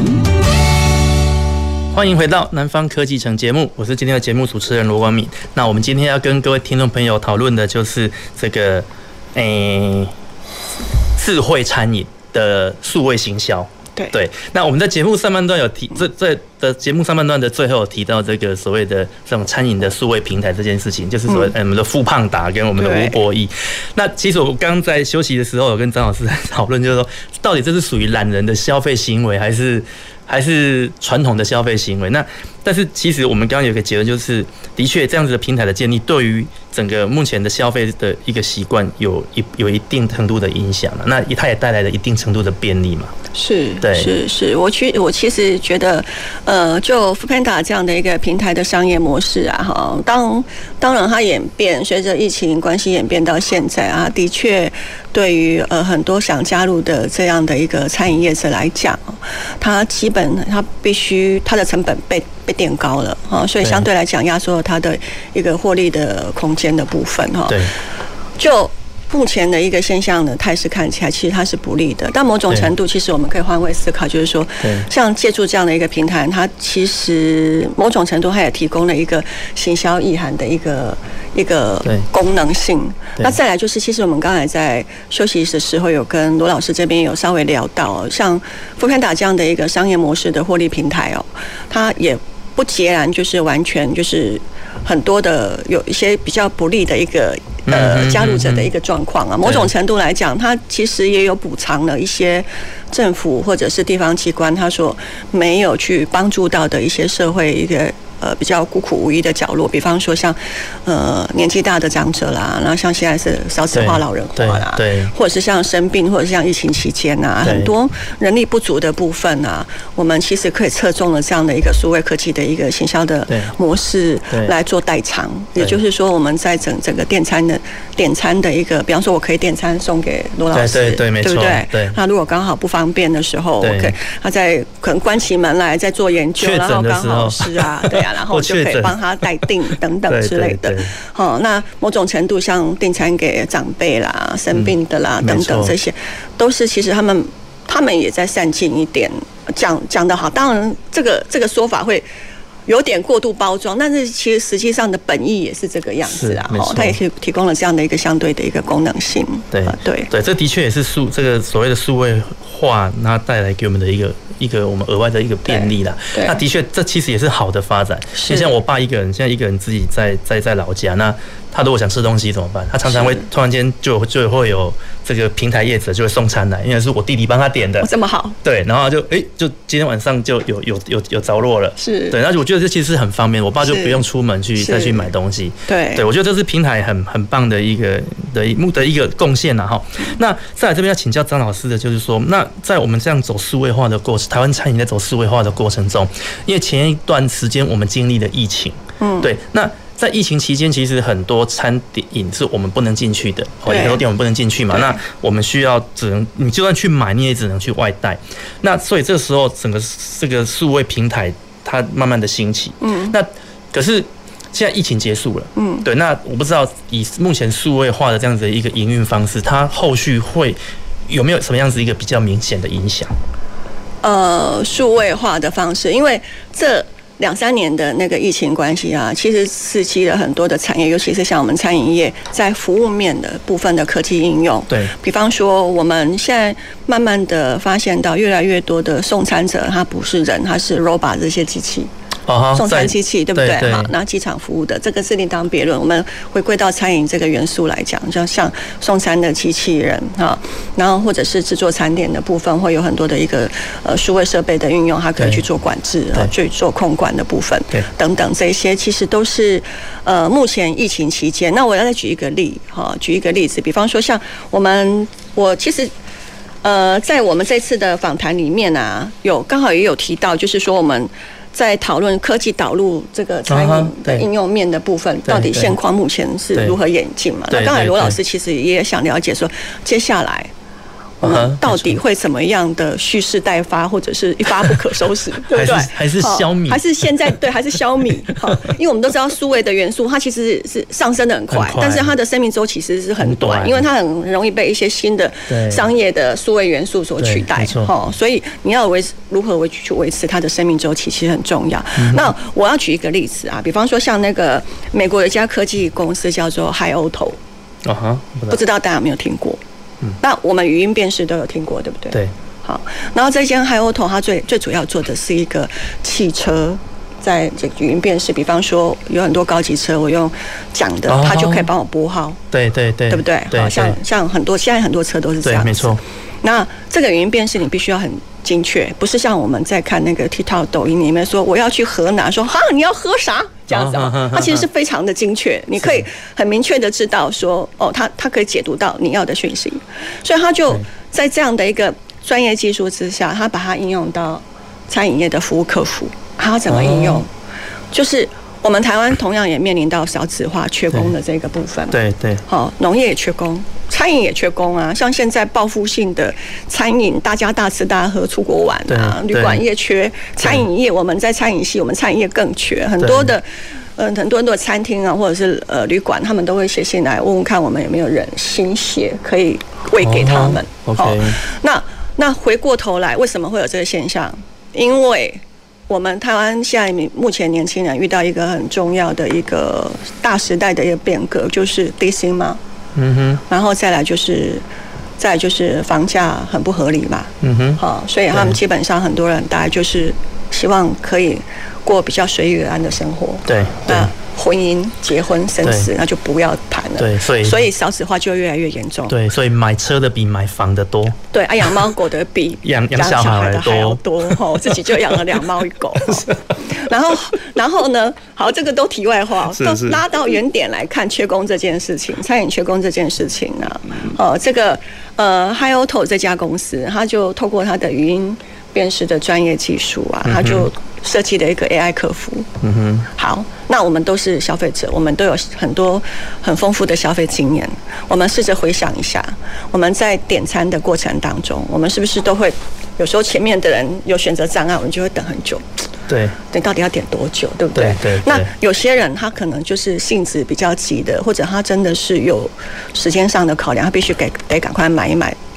欢迎回到南方科技城节目，我是今天的节目主持人罗光敏。那我们今天要跟各位听众朋友讨论的就是这个，诶、欸，智慧餐饮的数位行销。 对对，那我们在节目上半段有提，这这的节目上半段的最后有提到这个所谓的这种餐饮的数位平台这件事情，就是所谓我们的富胖达跟我们的吴博义。那其实我刚刚在休息的时候有跟张老师在讨论，就是说到底这是属于懒人的消费行为，还是还是传统的消费行为？那但是其实我们刚刚有一个结论，就是的确这样子的平台的建立，对于整个目前的消费的一个习惯有一有一定程度的影响了。那它也带来了一定程度的便利嘛。 是， 对， 是是，我其我其实觉得，呃，就 Foodpanda 这样的一个平台的商业模式啊，哈，当当然它演变，随着疫情关系演变到现在啊，的确对于呃很多想加入的这样的一个餐饮业者来讲，它基本它必须它的成本被被垫高了啊，所以相对来讲压缩了它的一个获利的空间的部分哈。 对， 就目前的一个现象的态势看起来，其实它是不利的。但某种程度，其实我们可以换位思考，就是说，像借助这样的一个平台，它其实某种程度它也提供了一个行销意涵的一个一个功能性。那再来就是，其实我们刚才在休息的时候有跟罗老师这边有稍微聊到，像 Foodpanda 这样的一个商业模式的获利平台哦，它也不截然就是完全就是很多的有一些比较不利的一个呃加入者的一个状况啊。某种程度来讲，它其实也有补偿了一些政府或者是地方机关他所没有去帮助到的一些社会一个呃比较孤苦无依的角落，比方说像呃年纪大的长者啦，然后像现在是少子化、老人化啦，对，或者是像生病，或者是像疫情期间啊，很多人力不足的部分啊，我们其实可以侧重了这样的一个数位科技的一个行销的模式来做代偿。也就是说，我们在整整个点餐的点餐的一个，比方说我可以点餐送给罗老师，对对对，对不对？对。那如果刚好不方便的时候，我可以他在可能关起门来在做研究，然后刚好是啊，对啊。然后就可以帮他代订等等之类的，好，那某种程度像订餐给长辈啦、生病的啦、嗯、等等，这些都是其实他们他们也在善尽一点讲讲得好，当然这个这个说法会有点过度包装，但是其实实际上的本意也是这个样子啊，哈，它也是提供了这样的一个相对的一个功能性。 对、呃、对对，这的确也是数这个所谓的数位化，那带来给我们的一个一个我们额外的一个便利啦。那的确，这其实也是好的发展。就像我爸一个人，现在一个人自己在在在老家，那他如果想吃东西怎么办？他常常会突然间就就会有这个平台业者就会送餐来，因为是我弟弟帮他点的， 这么好。 对，然后就哎、欸，就今天晚上就有有有有着落了。 是， 对，那我觉得这其实是很方便，我爸就不用出门去再去买东西。 对， 对我觉得这是平台很很棒的一个的一的一个贡献呐哈。那再来这边要请教张老师的就是说，那在我们这样走数位化的过程，台湾餐饮在走数位化的过程中，因为前一段时间我们经历了疫情，嗯，对，那。在疫情期间，其实很多餐饮是我们不能进去的，哦，很多店我们不能进去嘛。那我们需要只能，你就算去买，你也只能去外带。那所以这时候整个这个数位平台它慢慢的兴起，嗯，那可是现在疫情结束了，嗯，对。那我不知道以目前数位化的这样子的一个营运方式，它后续会有没有什么样子一个比较明显的影响？ 呃，数位化的方式，因为这。两三年的那个疫情关系啊，其实刺激了很多的产业，尤其是像我们餐饮业在服务面的部分的科技应用。 对， 比方说我们现在慢慢的发现到越来越多的送餐者，他不是人，他是 robot 这些机器。 哦、 送餐机器对不对？ 对好，那机场服务的这个是另当别论。我们回归到餐饮这个元素来讲，就像送餐的机器人啊，然后或者是制作餐点的部分，会有很多的一个呃数位设备的运用，它可以去做管制啊，去做控管的部分，等等这些，其实都是呃目前疫情期间。那我要再举一个例哈，举一个例子，比方说像我们我其实。呃，在我们这次的访谈里面啊，有刚好也有提到，就是说我们在讨论科技导入这个餐饮的应用面的部分，到底现况目前是如何演进嘛？那刚才罗老师其实也想了解说，接下来我们到底会怎么样的蓄势待发，或者是一发不可收拾，对不对？ 还是消弭？ 还是现在对？还是消弭？好，因为我们都知道数位的元素，它其实是上升的很快，但是它的生命周期其实是很短，因为它很容易被一些新的商业的数位元素所取代。哈，所以你要维如何维去维持它的生命周期，其实很重要。嗯、那我要举一个例子啊，比方说像那个美国有一家科技公司叫做 Hi Auto， 啊哈， 不知道大家有没有听过？那我们语音辨识都有听过，对不对？ 对。 好，然后这间 Hi Auto 它最最主要做的是一个汽车在这个语音辨识，比方说有很多高级车，我用讲的，它就可以帮我拨号。 对对对， 对不对？ 对， 像像很多现在很多车都是这样。 对，没错。 那这个语音辨识你必须要很精确，不是像我们在看那个 TikTok 抖音里面说我要去喝哪，说哈你要喝啥这样子啊，它其实是非常的精确，你可以很明确的知道说哦，它它可以解读到你要的讯息，所以它就在这样的一个专业技术之下，它把它应用到餐饮业的服务客服，它怎么应用？就是我们台湾同样也面临到少子化缺工的这个部分， 对对， 好，农业也缺工。餐饮也缺工啊，像现在报复性的餐饮，大家大吃大喝出国玩啊，旅馆业缺，餐饮业我们在餐饮系，我们餐饮业更缺，很多的，嗯、呃，很多很多餐厅啊，或者是呃旅馆，他们都会写信来问问看我们有没有人心血可以喂给他们。 哦、好， 那那回过头来，为什么会有这个现象？因为我们台湾现在目前年轻人遇到一个很重要的一个大时代的一个变革，就是低薪嘛。嗯哼，然后再来就是，再来就是房价很不合理嘛。嗯哼，好，所以他们基本上很多人大概就是希望可以过比较随遇而安的生活。 对， 那婚姻、结婚、生子，那就不要谈了。 对，所以所以少子化就越来越严重。 对，所以买车的比买房的多。 对，啊，养猫狗的比养养小孩的还要多。我自己就养了两猫一狗。然后，然后呢？好，这个都题外话，都拉到原点来看缺工这件事情，餐饮缺工这件事情啊。哦，这个呃 ，Hi Auto 这家公司，他就透过他的语音辨识的专业技术啊，他就设计了一个 A I 客服。嗯哼。好，那我们都是消费者，我们都有很多很丰富的消费经验。我们试着回想一下，我们在点餐的过程当中，我们是不是都会有时候前面的人有选择障碍，我们就会等很久。 对， 等到底要点多久，对不对？ 对对。 那有些人他可能就是性子比较急的，或者他真的是有时间上的考量，他必须给得赶快买一买，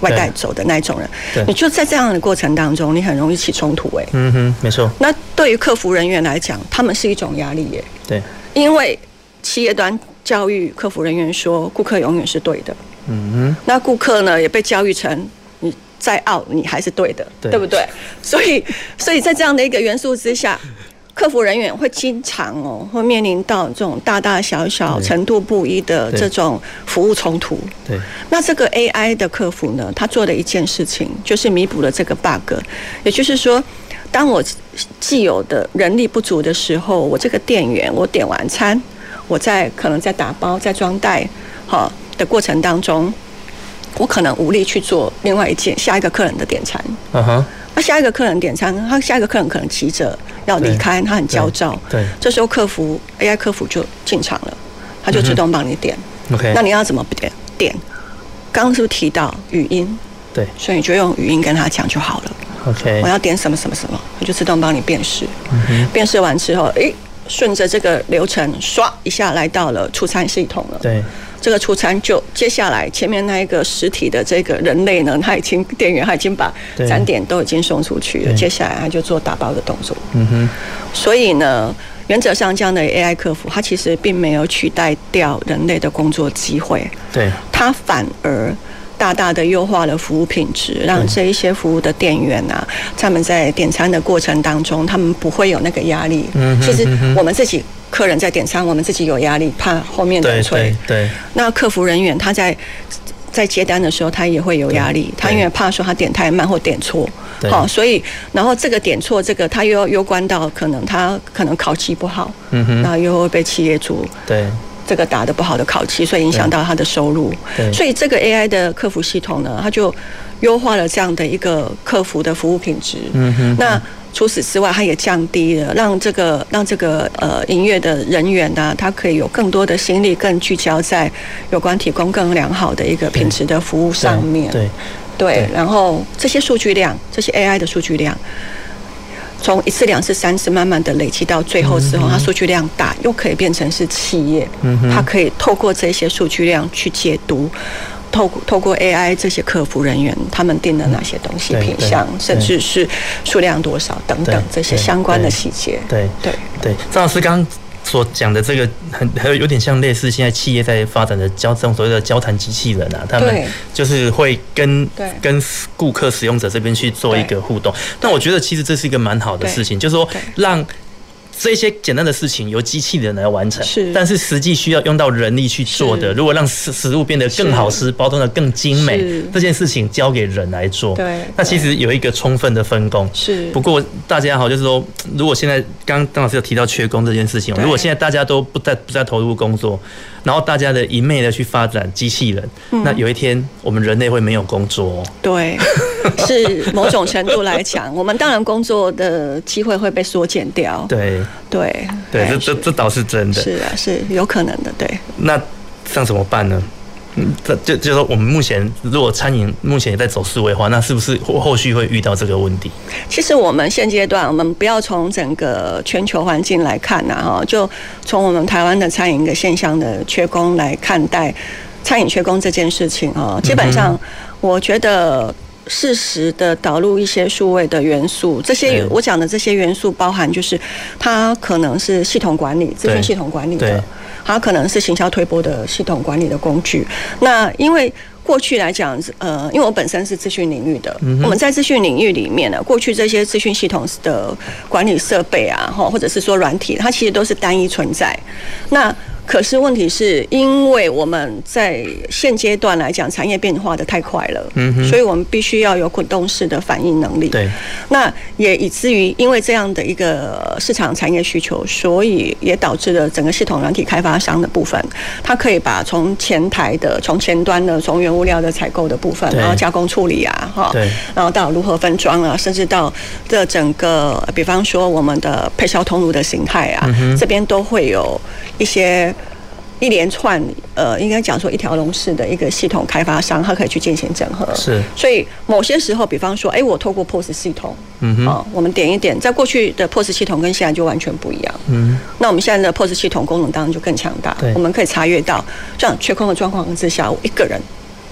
外带走的那种人，你就在这样的过程当中，你很容易起冲突哎。 嗯哼，没错。 那对于客服人员来讲，他们是一种压力耶。 对，因为企业端教育客服人员说，顾客永远是对的。嗯哼。那顾客呢，也被教育成你再傲，你还是对的， 对, 对不对？所以，所以在这样的一个元素之下。客服人员会经常哦，会面临到这种大大小小、程度不一的这种服务冲突。 对， 那这个 A I 的客服呢，他做的一件事情就是弥补了这个 bug， 也就是说，当我既有的人力不足的时候，我这个店员，我点完餐，我在可能在打包、在装袋，哈的过程当中，我可能无力去做另外一件下一个客人的点餐。嗯哼。那下一个客人点餐，他下一个客人可能急着要离开，他很焦躁。对，这时候客服 A I 客服就进场了，他就自动帮你点。OK，、嗯、那你要怎么点？点？刚刚是不是提到语音？ 对， 所以你就用语音跟他讲就好了。 OK， 我要点什么什么什么，他就自动帮你辨识。嗯、辨识完之后，诶，顺着这个流程，刷一下来到了出餐系统了。 对。 这个出餐就接下来前面那一个实体的这个人类呢，他已经店员他已经把餐点都已经送出去了，接下来他就做打包的动作。嗯哼。所以呢，原则上这样的 A I 客服，它其实并没有取代掉人类的工作机会。 对。它反而大大的优化了服务品质，让这一些服务的店员啊，他们在点餐的过程当中，他们不会有那个压力。嗯。其实我们自己。客人在点餐，我们自己有压力，怕后面的催。 对 对, 对。 那客服人员他在在接单的时候，他也会有压力，他因为怕说他点太慢或点错，好，所以然后这个点错，这个他又攸关到可能他可能考绩不好，嗯哼，然后又会被企业主对这个打得不好的考绩，所以影响到他的收入。对。所以这个 A I 的客服系统呢，它就优化了这样的一个客服的服务品质。嗯哼。那除此之外，它也降低了，让这个让这个呃营业的人员呢、啊，他可以有更多的心力，更聚焦在有关提供更良好的一个品质的服务上面。对 对, 对，然后这些数据量，这些 A I 的数据量，从一次、两次、三次，慢慢的累积到最后之后，它数据量大，又可以变成是企业，它可以透过这些数据量去解读。透过透过 A I 这些客服人员，他们订的哪些东西品项，甚至是数量多少等等这些相关的细节。对对对，张老师刚刚所讲的这个很很有点像类似现在企业在发展的交这种所谓的交谈机器人啊，他们就是会跟跟顾客使用者这边去做一个互动。但我觉得其实这是一个蛮好的事情，就是说让。这些简单的事情由机器人来完成，是，但是实际需要用到人力去做的。如果让食食物变得更好吃，包装得更精美，这件事情交给人来做，对，那其实有一个充分的分工。是，不过大家好，就是说，如果现在刚刚张老师有提到缺工这件事情，如果现在大家都不再不再投入工作，然后大家的一昧的去发展机器人，嗯、那有一天我们人类会没有工作、哦。对， 是某种程度来讲，我们当然工作的机会会被缩减掉。 对。 对对，这这这倒是真的， 是啊，是有可能的，对。 那这样怎么办呢？嗯，这就就是说，我们目前如果餐饮目前也在走数位化，那是不是后续会遇到这个问题？ 其实我们现阶段，我们不要从整个全球环境来看呐，哈，就从我们台湾的餐饮的现象的缺工来看待餐饮缺工这件事情啊，基本上我觉得。适时的导入一些数位的元素，这些我讲的这些元素包含就是它可能是系统管理、资讯系统管理的，它可能是行销推播的系统管理的工具。那因为过去来讲，呃，因为我本身是资讯领域的，嗯、我们在资讯领域里面呢，过去这些资讯系统的管理设备啊，或者是说软体，它其实都是单一存在。那可是问题是，因为我们在现阶段来讲，产业变化的太快了，嗯，所以我们必须要有滚动式的反应能力。对，那也以至于因为这样的一个市场产业需求，所以也导致了整个系统软体开发商的部分，它可以把从前台的、从前端的、从原物料的采购的部分，然后加工处理啊，哈，然后到如何分装啊，甚至到这整个，比方说我们的配销通路的形态啊，嗯、这边都会有一些。一连串呃，应该讲说一条龙式的一个系统开发商，它可以去进行整合。是，所以某些时候，比方说，哎、欸，我透过 P O S 系统，嗯哼，啊，我们点一点，在过去的 P O S 系统跟现在就完全不一样。嗯，那我们现在的 P O S 系统功能当然就更强大，我们可以查阅到这样缺空的状况之下，我一个人。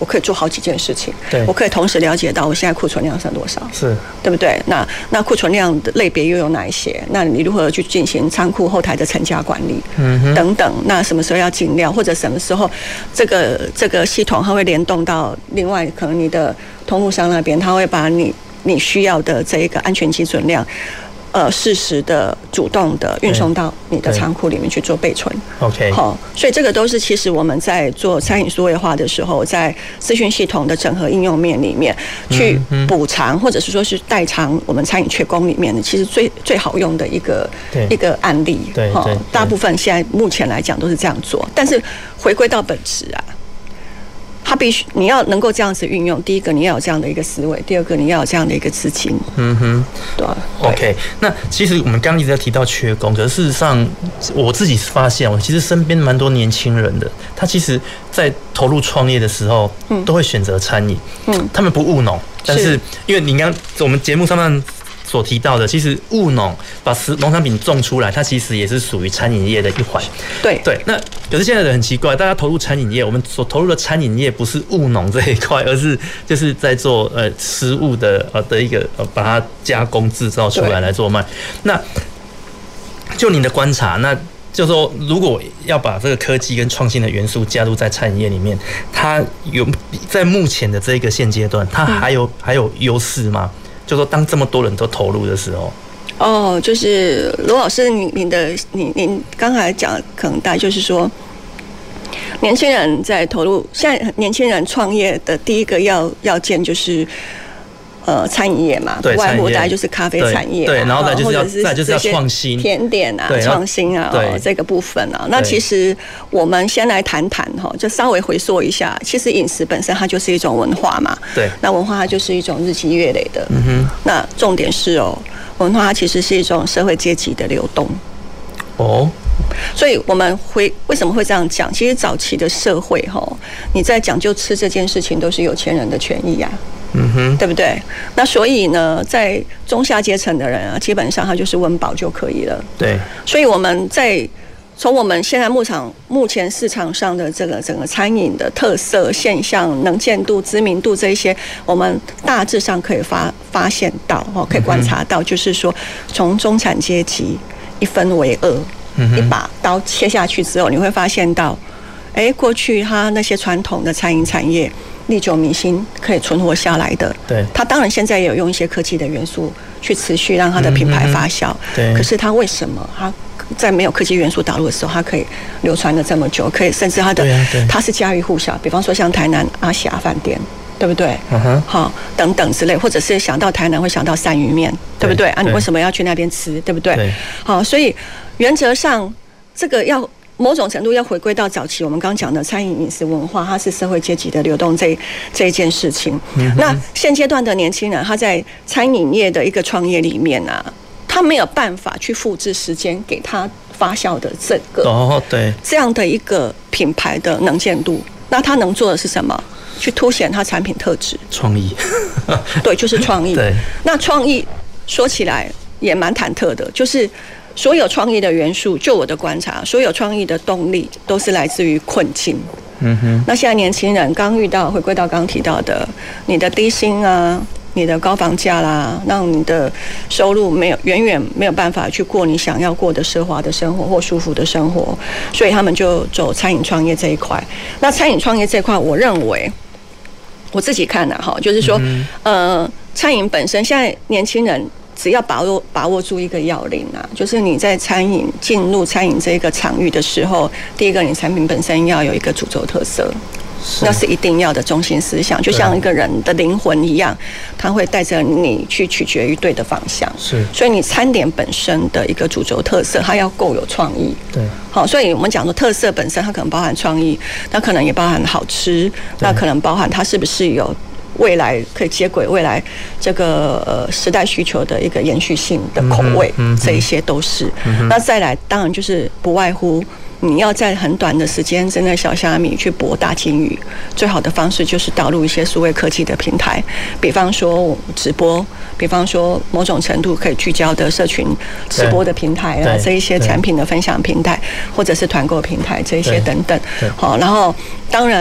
我可以做好几件事情， 对， 我可以同时了解到我现在库存量剩多少， 是， 对不对？那那库存量的类别又有哪一些？那你如何去进行仓库后台的成价管理，嗯哼，等等？那什么时候要进料，或者什么时候这个这个系统它会联动到另外可能你的通路商那边，它会把你你需要的这一个安全基准量。呃，适时的、主动的运送到你的仓库里面去做备存。 OK， 好，所以这个都是其实我们在做餐饮数位化的时候，在资讯系统的整合应用面里面去补偿，或者是说是代偿我们餐饮缺工里面的，其实最最好用的一个一个案例。 对对， 大部分现在目前来讲都是这样做，但是回归到本质啊。它必须你要能够这样子运用，第一个你要有这样的一个思维，第二个你要有这样的一个资金。嗯哼，对。 OK， 那其实我们刚刚一直在提到缺工，可是事实上我自己发现，我其实身边蛮多年轻人的，他其实在投入创业的时候，嗯，都会选择餐饮。嗯，他们不务农，但是因为你刚我们节目上面所提到的，其实务农把农产品种出来，它其实也是属于餐饮业的一环。 对对，那可是现在的很奇怪，大家投入餐饮业，我们所投入的餐饮业不是务农这一块，而是就是在做呃食物的呃的一个呃把它加工制造出来来做卖。那就你的观察，那就是说，如果要把这个科技跟创新的元素加入在餐饮业里面，它有在目前的这个现阶段，它还有、嗯、还有优势吗？就说当这么多人都投入的时候， 哦，就是罗老师，你你的你您刚才讲，可能大概就是说，年轻人在投入，现在年轻人创业的第一个要要件就是。呃，餐饮业嘛，不外乎大概就是咖啡产业， 对，然后再就是要再就是要创新甜点啊，创新啊，哦，这个部分啊。那其实我们先来谈谈哈，就稍微回溯一下，其实饮食本身它就是一种文化嘛， 对， 那文化它就是一种日积月累的，嗯哼。那重点是哦，文化它其实是一种社会阶级的流动，哦。所以我们会为什么会这样讲？其实早期的社会哈，你在讲究吃这件事情，都是有钱人的权益呀。嗯哼，对不对？那所以呢，在中下阶层的人啊，基本上他就是温饱就可以了。 对， 所以我们在从我们现在牧场目前市场上的这个整个餐饮的特色现象、能见度、知名度这一些，我们大致上可以发发现到哦，可以观察到，就是说从中产阶级一分为二，嗯、一把刀切下去之后，你会发现到，哎，过去他那些传统的餐饮产业。历久弥新可以存活下来的， 对， 它当然现在也有用一些科技的元素去持续让它的品牌发酵， 对。 可是它为什么它在没有科技元素导入的时候，它可以流传了这么久？可以甚至它的它是家喻户晓，比方说像台南阿喜阿饭店，对不对？嗯哼，好，等等之类，或者是想到台南会想到鳝鱼面，对不对？啊，你为什么要去那边吃，对不对？对。好，所以原则上这个要。某种程度要回归到早期我们刚讲的餐饮饮食文化，它是社会阶级的流动这这一件事情。嗯、那现阶段的年轻人，他在餐饮业的一个创业里面啊，他没有办法去复制时间给他发酵的这个哦，对这样的一个品牌的能见度。那他能做的是什么？去凸显他产品特质， 创意。 对，就是创意。 对， 那创意说起来也蛮忐忑的，就是。所有创意的元素，就我的观察，所有创意的动力都是来自于困境。嗯哼。那现在年轻人刚遇到，回归到刚刚提到的，你的低薪啊，你的高房价啦，让你的收入没有远远没有办法去过你想要过的奢华的生活或舒服的生活，所以他们就走餐饮创业这一块。那餐饮创业这一块，我认为我自己看的哈，就是说，嗯、呃，餐饮本身现在年轻人。只要把握把握住一个要领啊，就是你在餐饮进入餐饮这个场域的时候，第一个你产品本身要有一个主轴特色，那是一定要的中心思想，就像一个人的灵魂一样，他会带着你去取决于对的方向。 是， 所以你餐点本身的一个主轴特色，它要够有创意。 对， 好，所以我们讲说特色本身，它可能包含创意，它可能也包含好吃，那可能包含它是不是有。未来可以接轨未来这个呃时代需求的一个延续性的口味，嗯嗯、这一些都是。嗯、那再来，当然就是不外乎你要在很短的时间之内小虾米去搏大金鱼，最好的方式就是导入一些数位科技的平台，比方说直播，比方说某种程度可以聚焦的社群直播的平台啊，这一些产品的分享平台，或者是团购平台这一些等等。好，然后当然。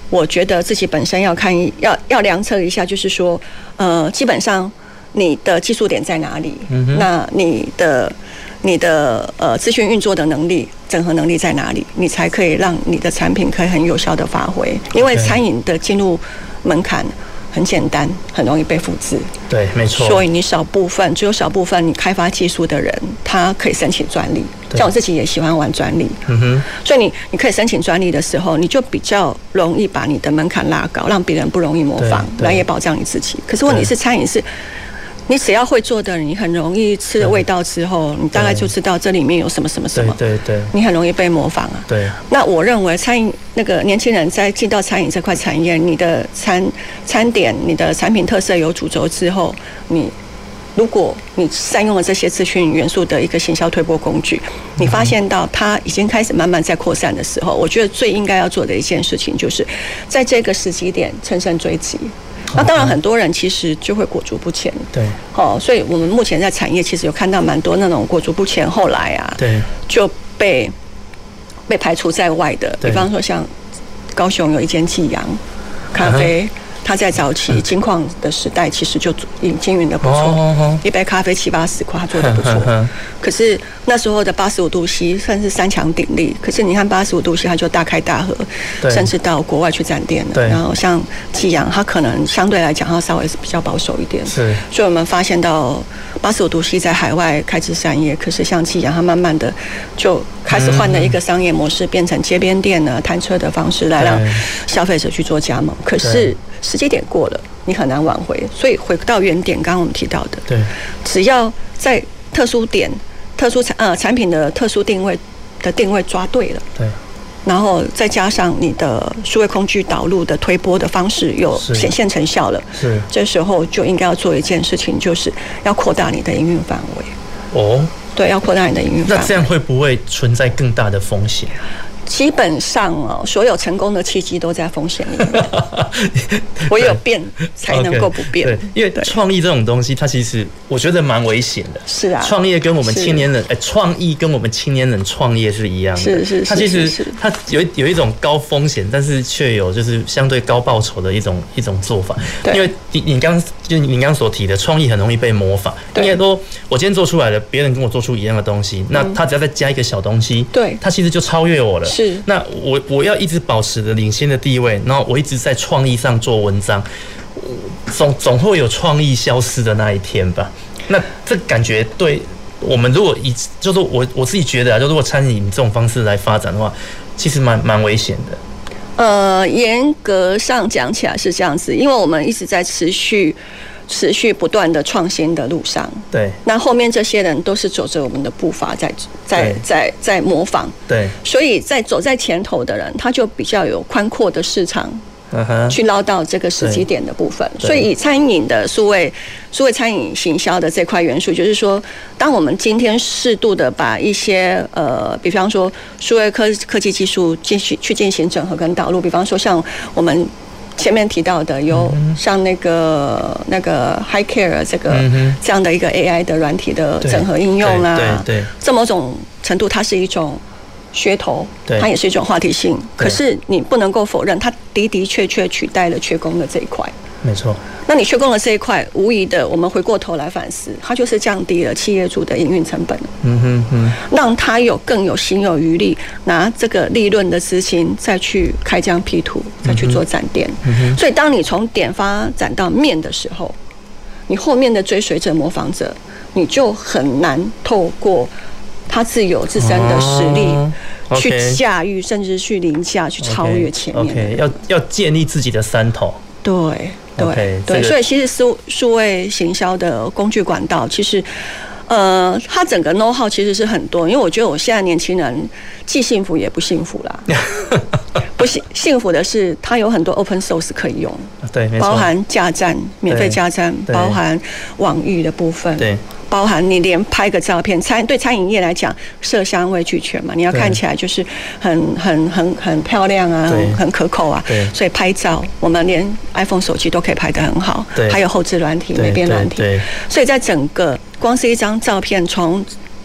我觉得自己本身要看要要量测一下，就是说，呃，基本上你的技术点在哪里？嗯、那你的你的呃资讯运作的能力、整合能力在哪里？你才可以让你的产品可以很有效的发挥。因为餐饮的进入门槛很简单，很容易被复制。 对，没错。 所以你少部分，只有少部分你开发技术的人，他可以申请专利。像我自己也喜欢玩专利，嗯哼。所以你你可以申请专利的时候，你就比较容易把你的门槛拉高，让别人不容易模仿，然后也保障你自己。可是问题是，餐饮是。你只要会做的人，你很容易吃了味道之后，你大概就知道这里面有什么什么什么。 对对对。 你很容易被模仿啊。 对。 那我认为餐饮那个年轻人在进到餐饮这块产业，你的餐餐点、你的产品特色有主轴之后，你如果你善用了这些资讯元素的一个行销推播工具，你发现到它已经开始慢慢在扩散的时候，我觉得最应该要做的一件事情，就是在这个时机点乘胜追击。那当然，很多人其实就会裹足不前。 对， 哦，所以我们目前在产业其实有看到蛮多那种裹足不前，后来啊， 对， 就被被排除在外的。比方说，像高雄有一间纪阳咖啡，它在早期金矿的时代，其实就已经营的不错，一杯咖啡七八十块，它做的不错。可是那时候的八十五度 C 算是三强鼎立，可是你看八十五度 C 它就大开大合，甚至到国外去展店了。然后像纪阳，它可能相对来讲它稍微是比较保守一点，是。所以我们发现到八十五度 C 在海外开枝散叶，可是像纪阳，它慢慢的就开始换了一个商业模式，变成街边店呢、摊车的方式来让消费者去做加盟。可是时间点过了，你很难挽回。所以回到原点，刚刚我们提到的，对，只要在特殊点。特殊产呃产品的特殊定位的定位抓对了，对，然后再加上你的数位工具导入的推播的方式有显现成效了，是，这时候就应该要做一件事情，就是要扩大你的营运范围。哦，对，要扩大你的营运范围。 那这样会不会存在更大的风险？ 基本上哦，所有成功的契机都在风险里面。唯有变才能够不变。 对，因为创意这种东西，它其实我觉得蛮危险的。 是啊， 创业跟我们青年人，哎，创意跟我们青年人创业是一样的。 是是是， 它其实它有有一种高风险，但是却有就是相对高报酬的一种一种做法。因为你你刚就你刚刚所提的创意很容易被模仿。应该说，我今天做出来的，别人跟我做出一样的东西，那他只要再加一个小东西，对，他其实就超越我了。是，那我我要一直保持着领先的地位，然后我一直在创意上做文章，总总会有创意消失的那一天吧？那这感觉对我们如果以就是我我自己觉得啊，就如果餐饮这种方式来发展的话，其实蛮蛮危险的。 呃，严格上讲起来是这样子，因为我们一直在持续。持续不断的创新的路上，对，那后面这些人都是走着我们的步伐在在在在模仿，对，所以在走在前头的人，他就比较有宽阔的市场，去捞到这个时机点的部分。所以以餐饮的数位数位餐饮行销的这块元素，就是说，当我们今天适度的把一些呃，比方说数位科科技技术继续去进行整合跟导入，比方说像我们。前面提到的有像那个那个 High Care 这个这样的一个 A I 的软体的整合应用啊，对，这某种程度它是一种噱头，它也是一种话题性。可是你不能够否认，它的的确确取代了缺工的这一块。 没错。 那你缺工的这一块，无疑的，我们回过头来反思，它就是降低了企业主的营运成本，嗯哼哼，让他有更有心有余力拿这个利润的资金再去开疆辟土，再去做展店。嗯、所以，当你从点发展到面的时候，你后面的追随者、模仿者，你就很难透过他自有自身的实力。哦去驾驭，甚至去凌驾，去超越前面。 OK， 要要建立自己的山头。 对对、okay, 对，所以其实数数位行销的工具管道，其实呃，它整个 know how 其实是很多。因为我觉得我现在年轻人既幸福也不幸福啦。不幸幸福的是，它有很多 open source 可以用，对，包含架站、免费架站，包含网域的部分，对。包含你连拍个照片，餐对餐饮业来讲，色香味俱全嘛，你要看起来就是很很很很漂亮啊，很可口啊。所以拍照，我们连 iPhone 手机都可以拍得很好，还有后置软体、美编软体。所以在整个光是一张照片，从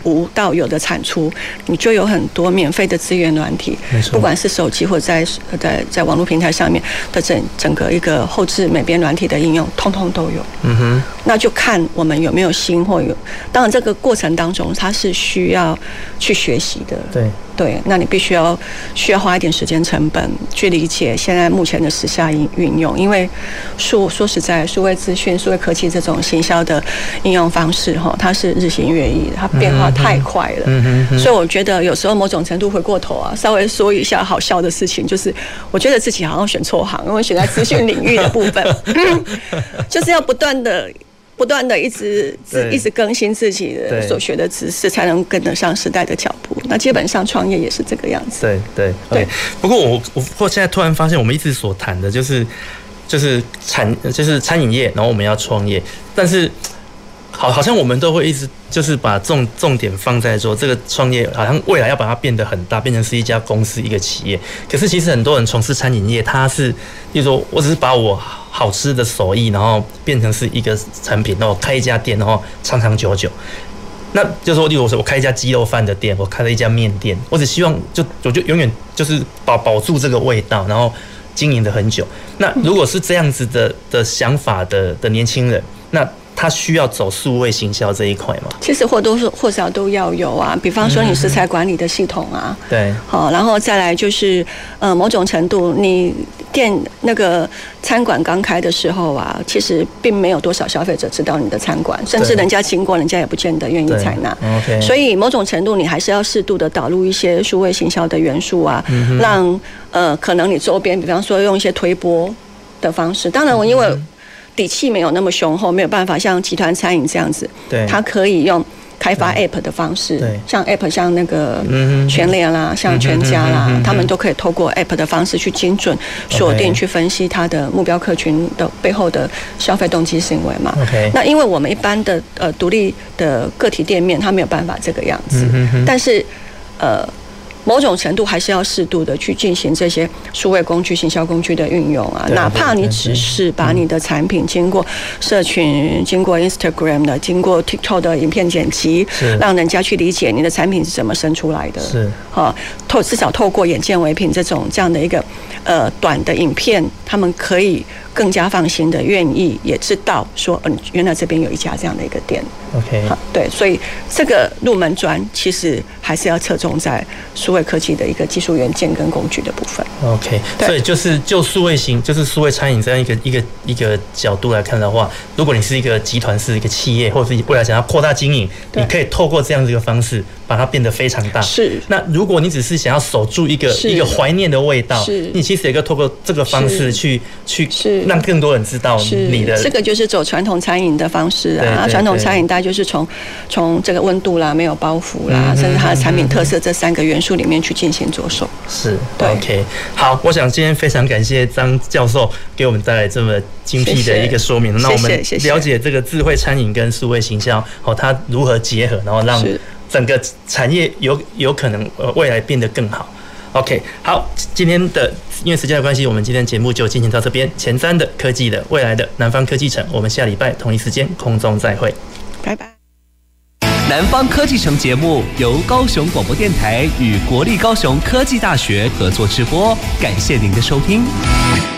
无到有的产出，你就有很多免费的资源软体，不管是手机或者在在在网络平台上面的整整个一个后置美编软体的应用，通通都有。嗯哼，那就看我们有没有心或有。当然，这个过程当中它是需要去学习的。对对，那你必须要需要花一点时间成本去理解现在目前的时下运用，因为数说实在，数位资讯、数位科技这种行销的应用方式哈，它是日新月异的，它变化太快了。嗯哼哼，所以我觉得有时候某种程度回过头啊，稍微说一下好笑的事情，就是我觉得自己好像选错行，因为选在资讯领域的部分，就是要不断的。不断的一直一直更新自己的所学的知识，才能跟得上时代的脚步。那基本上创业也是这个样子。对对对。 不过我我我现在突然发现，我们一直所谈的就是就是产就是餐饮业，然后我们要创业，但是好好像我们都会一直就是把重重点放在说这个创业，好像未来要把它变得很大，变成是一家公司一个企业。可是其实很多人从事餐饮业，他是例如说我只是把我好吃的手艺，然后变成是一个产品，然后开一家店，然后长长久久。那就是说，例如说我开一家鸡肉饭的店，我开了一家面店，我只希望就我就永远就是保保住这个味道，然后经营的很久。那如果是这样子的的想法的的年轻人，那他需要走数位行销这一块吗？ 其实或多或少都要有啊，比方说你食材管理的系统啊，对，好，然后再来就是呃某种程度，你店那个餐馆刚开的时候啊，其实并没有多少消费者知道你的餐馆，甚至人家经过，人家也不见得愿意采纳。Okay. 所以某种程度，你还是要适度的导入一些数位行销的元素啊，嗯、让呃可能你周边，比方说用一些推播的方式，当然我因为。底气没有那么雄厚，没有办法像集团餐饮这样子，它可以用开发 App 的方式，像 App 像那个全联啦，像全家啦，他们都可以透过 App 的方式去精准锁定、去分析它的目标客群的背后的消费动机行为嘛。那因为我们一般的呃独立的个体店面，它没有办法这个样子，但是呃。某种程度还是要适度的去进行这些数位工具、行销工具的运用啊，哪怕你只是把你的产品经过社群、经过 Instagram 的、经过 TikTok 的影片剪辑，让人家去理解你的产品是怎么生出来的，是哈，透至少透过眼见为凭这种这样的一个呃短的影片，他们可以更加放心的愿意也知道说，嗯，原来这边有一家这样的一个店。OK， 好，对，所以这个入门砖其实还是要侧重在数位科技的一个技术元件跟工具的部分。OK， 所以就是就数位型，就是数位餐饮这样一个一个一个角度来看的话，如果你是一个集团式一个企业，或者是未来想要扩大经营，你可以透过这样的一个方式把它变得非常大。是。那如果你只是想要守住一个一个怀念的味道，你其实也可以透过这个方式去去让更多人知道你的。这个就是走传统餐饮的方式啊，传统餐饮大概就是从从这个温度啦、没有包袱啦，嗯、甚至它的产品特色这三个元素里面去进行着手。是 ，OK， 好，我想今天非常感谢张教授给我们带来这么精辟的一个说明。谢谢，那我们了解这个智慧餐饮跟数位行销，哦，它如何结合，然后让整个产业有有可能呃未来变得更好。OK， 好，今天的因为时间的关系，我们今天节目就进行到这边。前瞻的、科技的、未来的南方科技城，我们下礼拜同一时间空中再会， 拜拜。 南方科技城节目由高雄广播电台与国立高雄科技大学合作直播，感谢您的收听。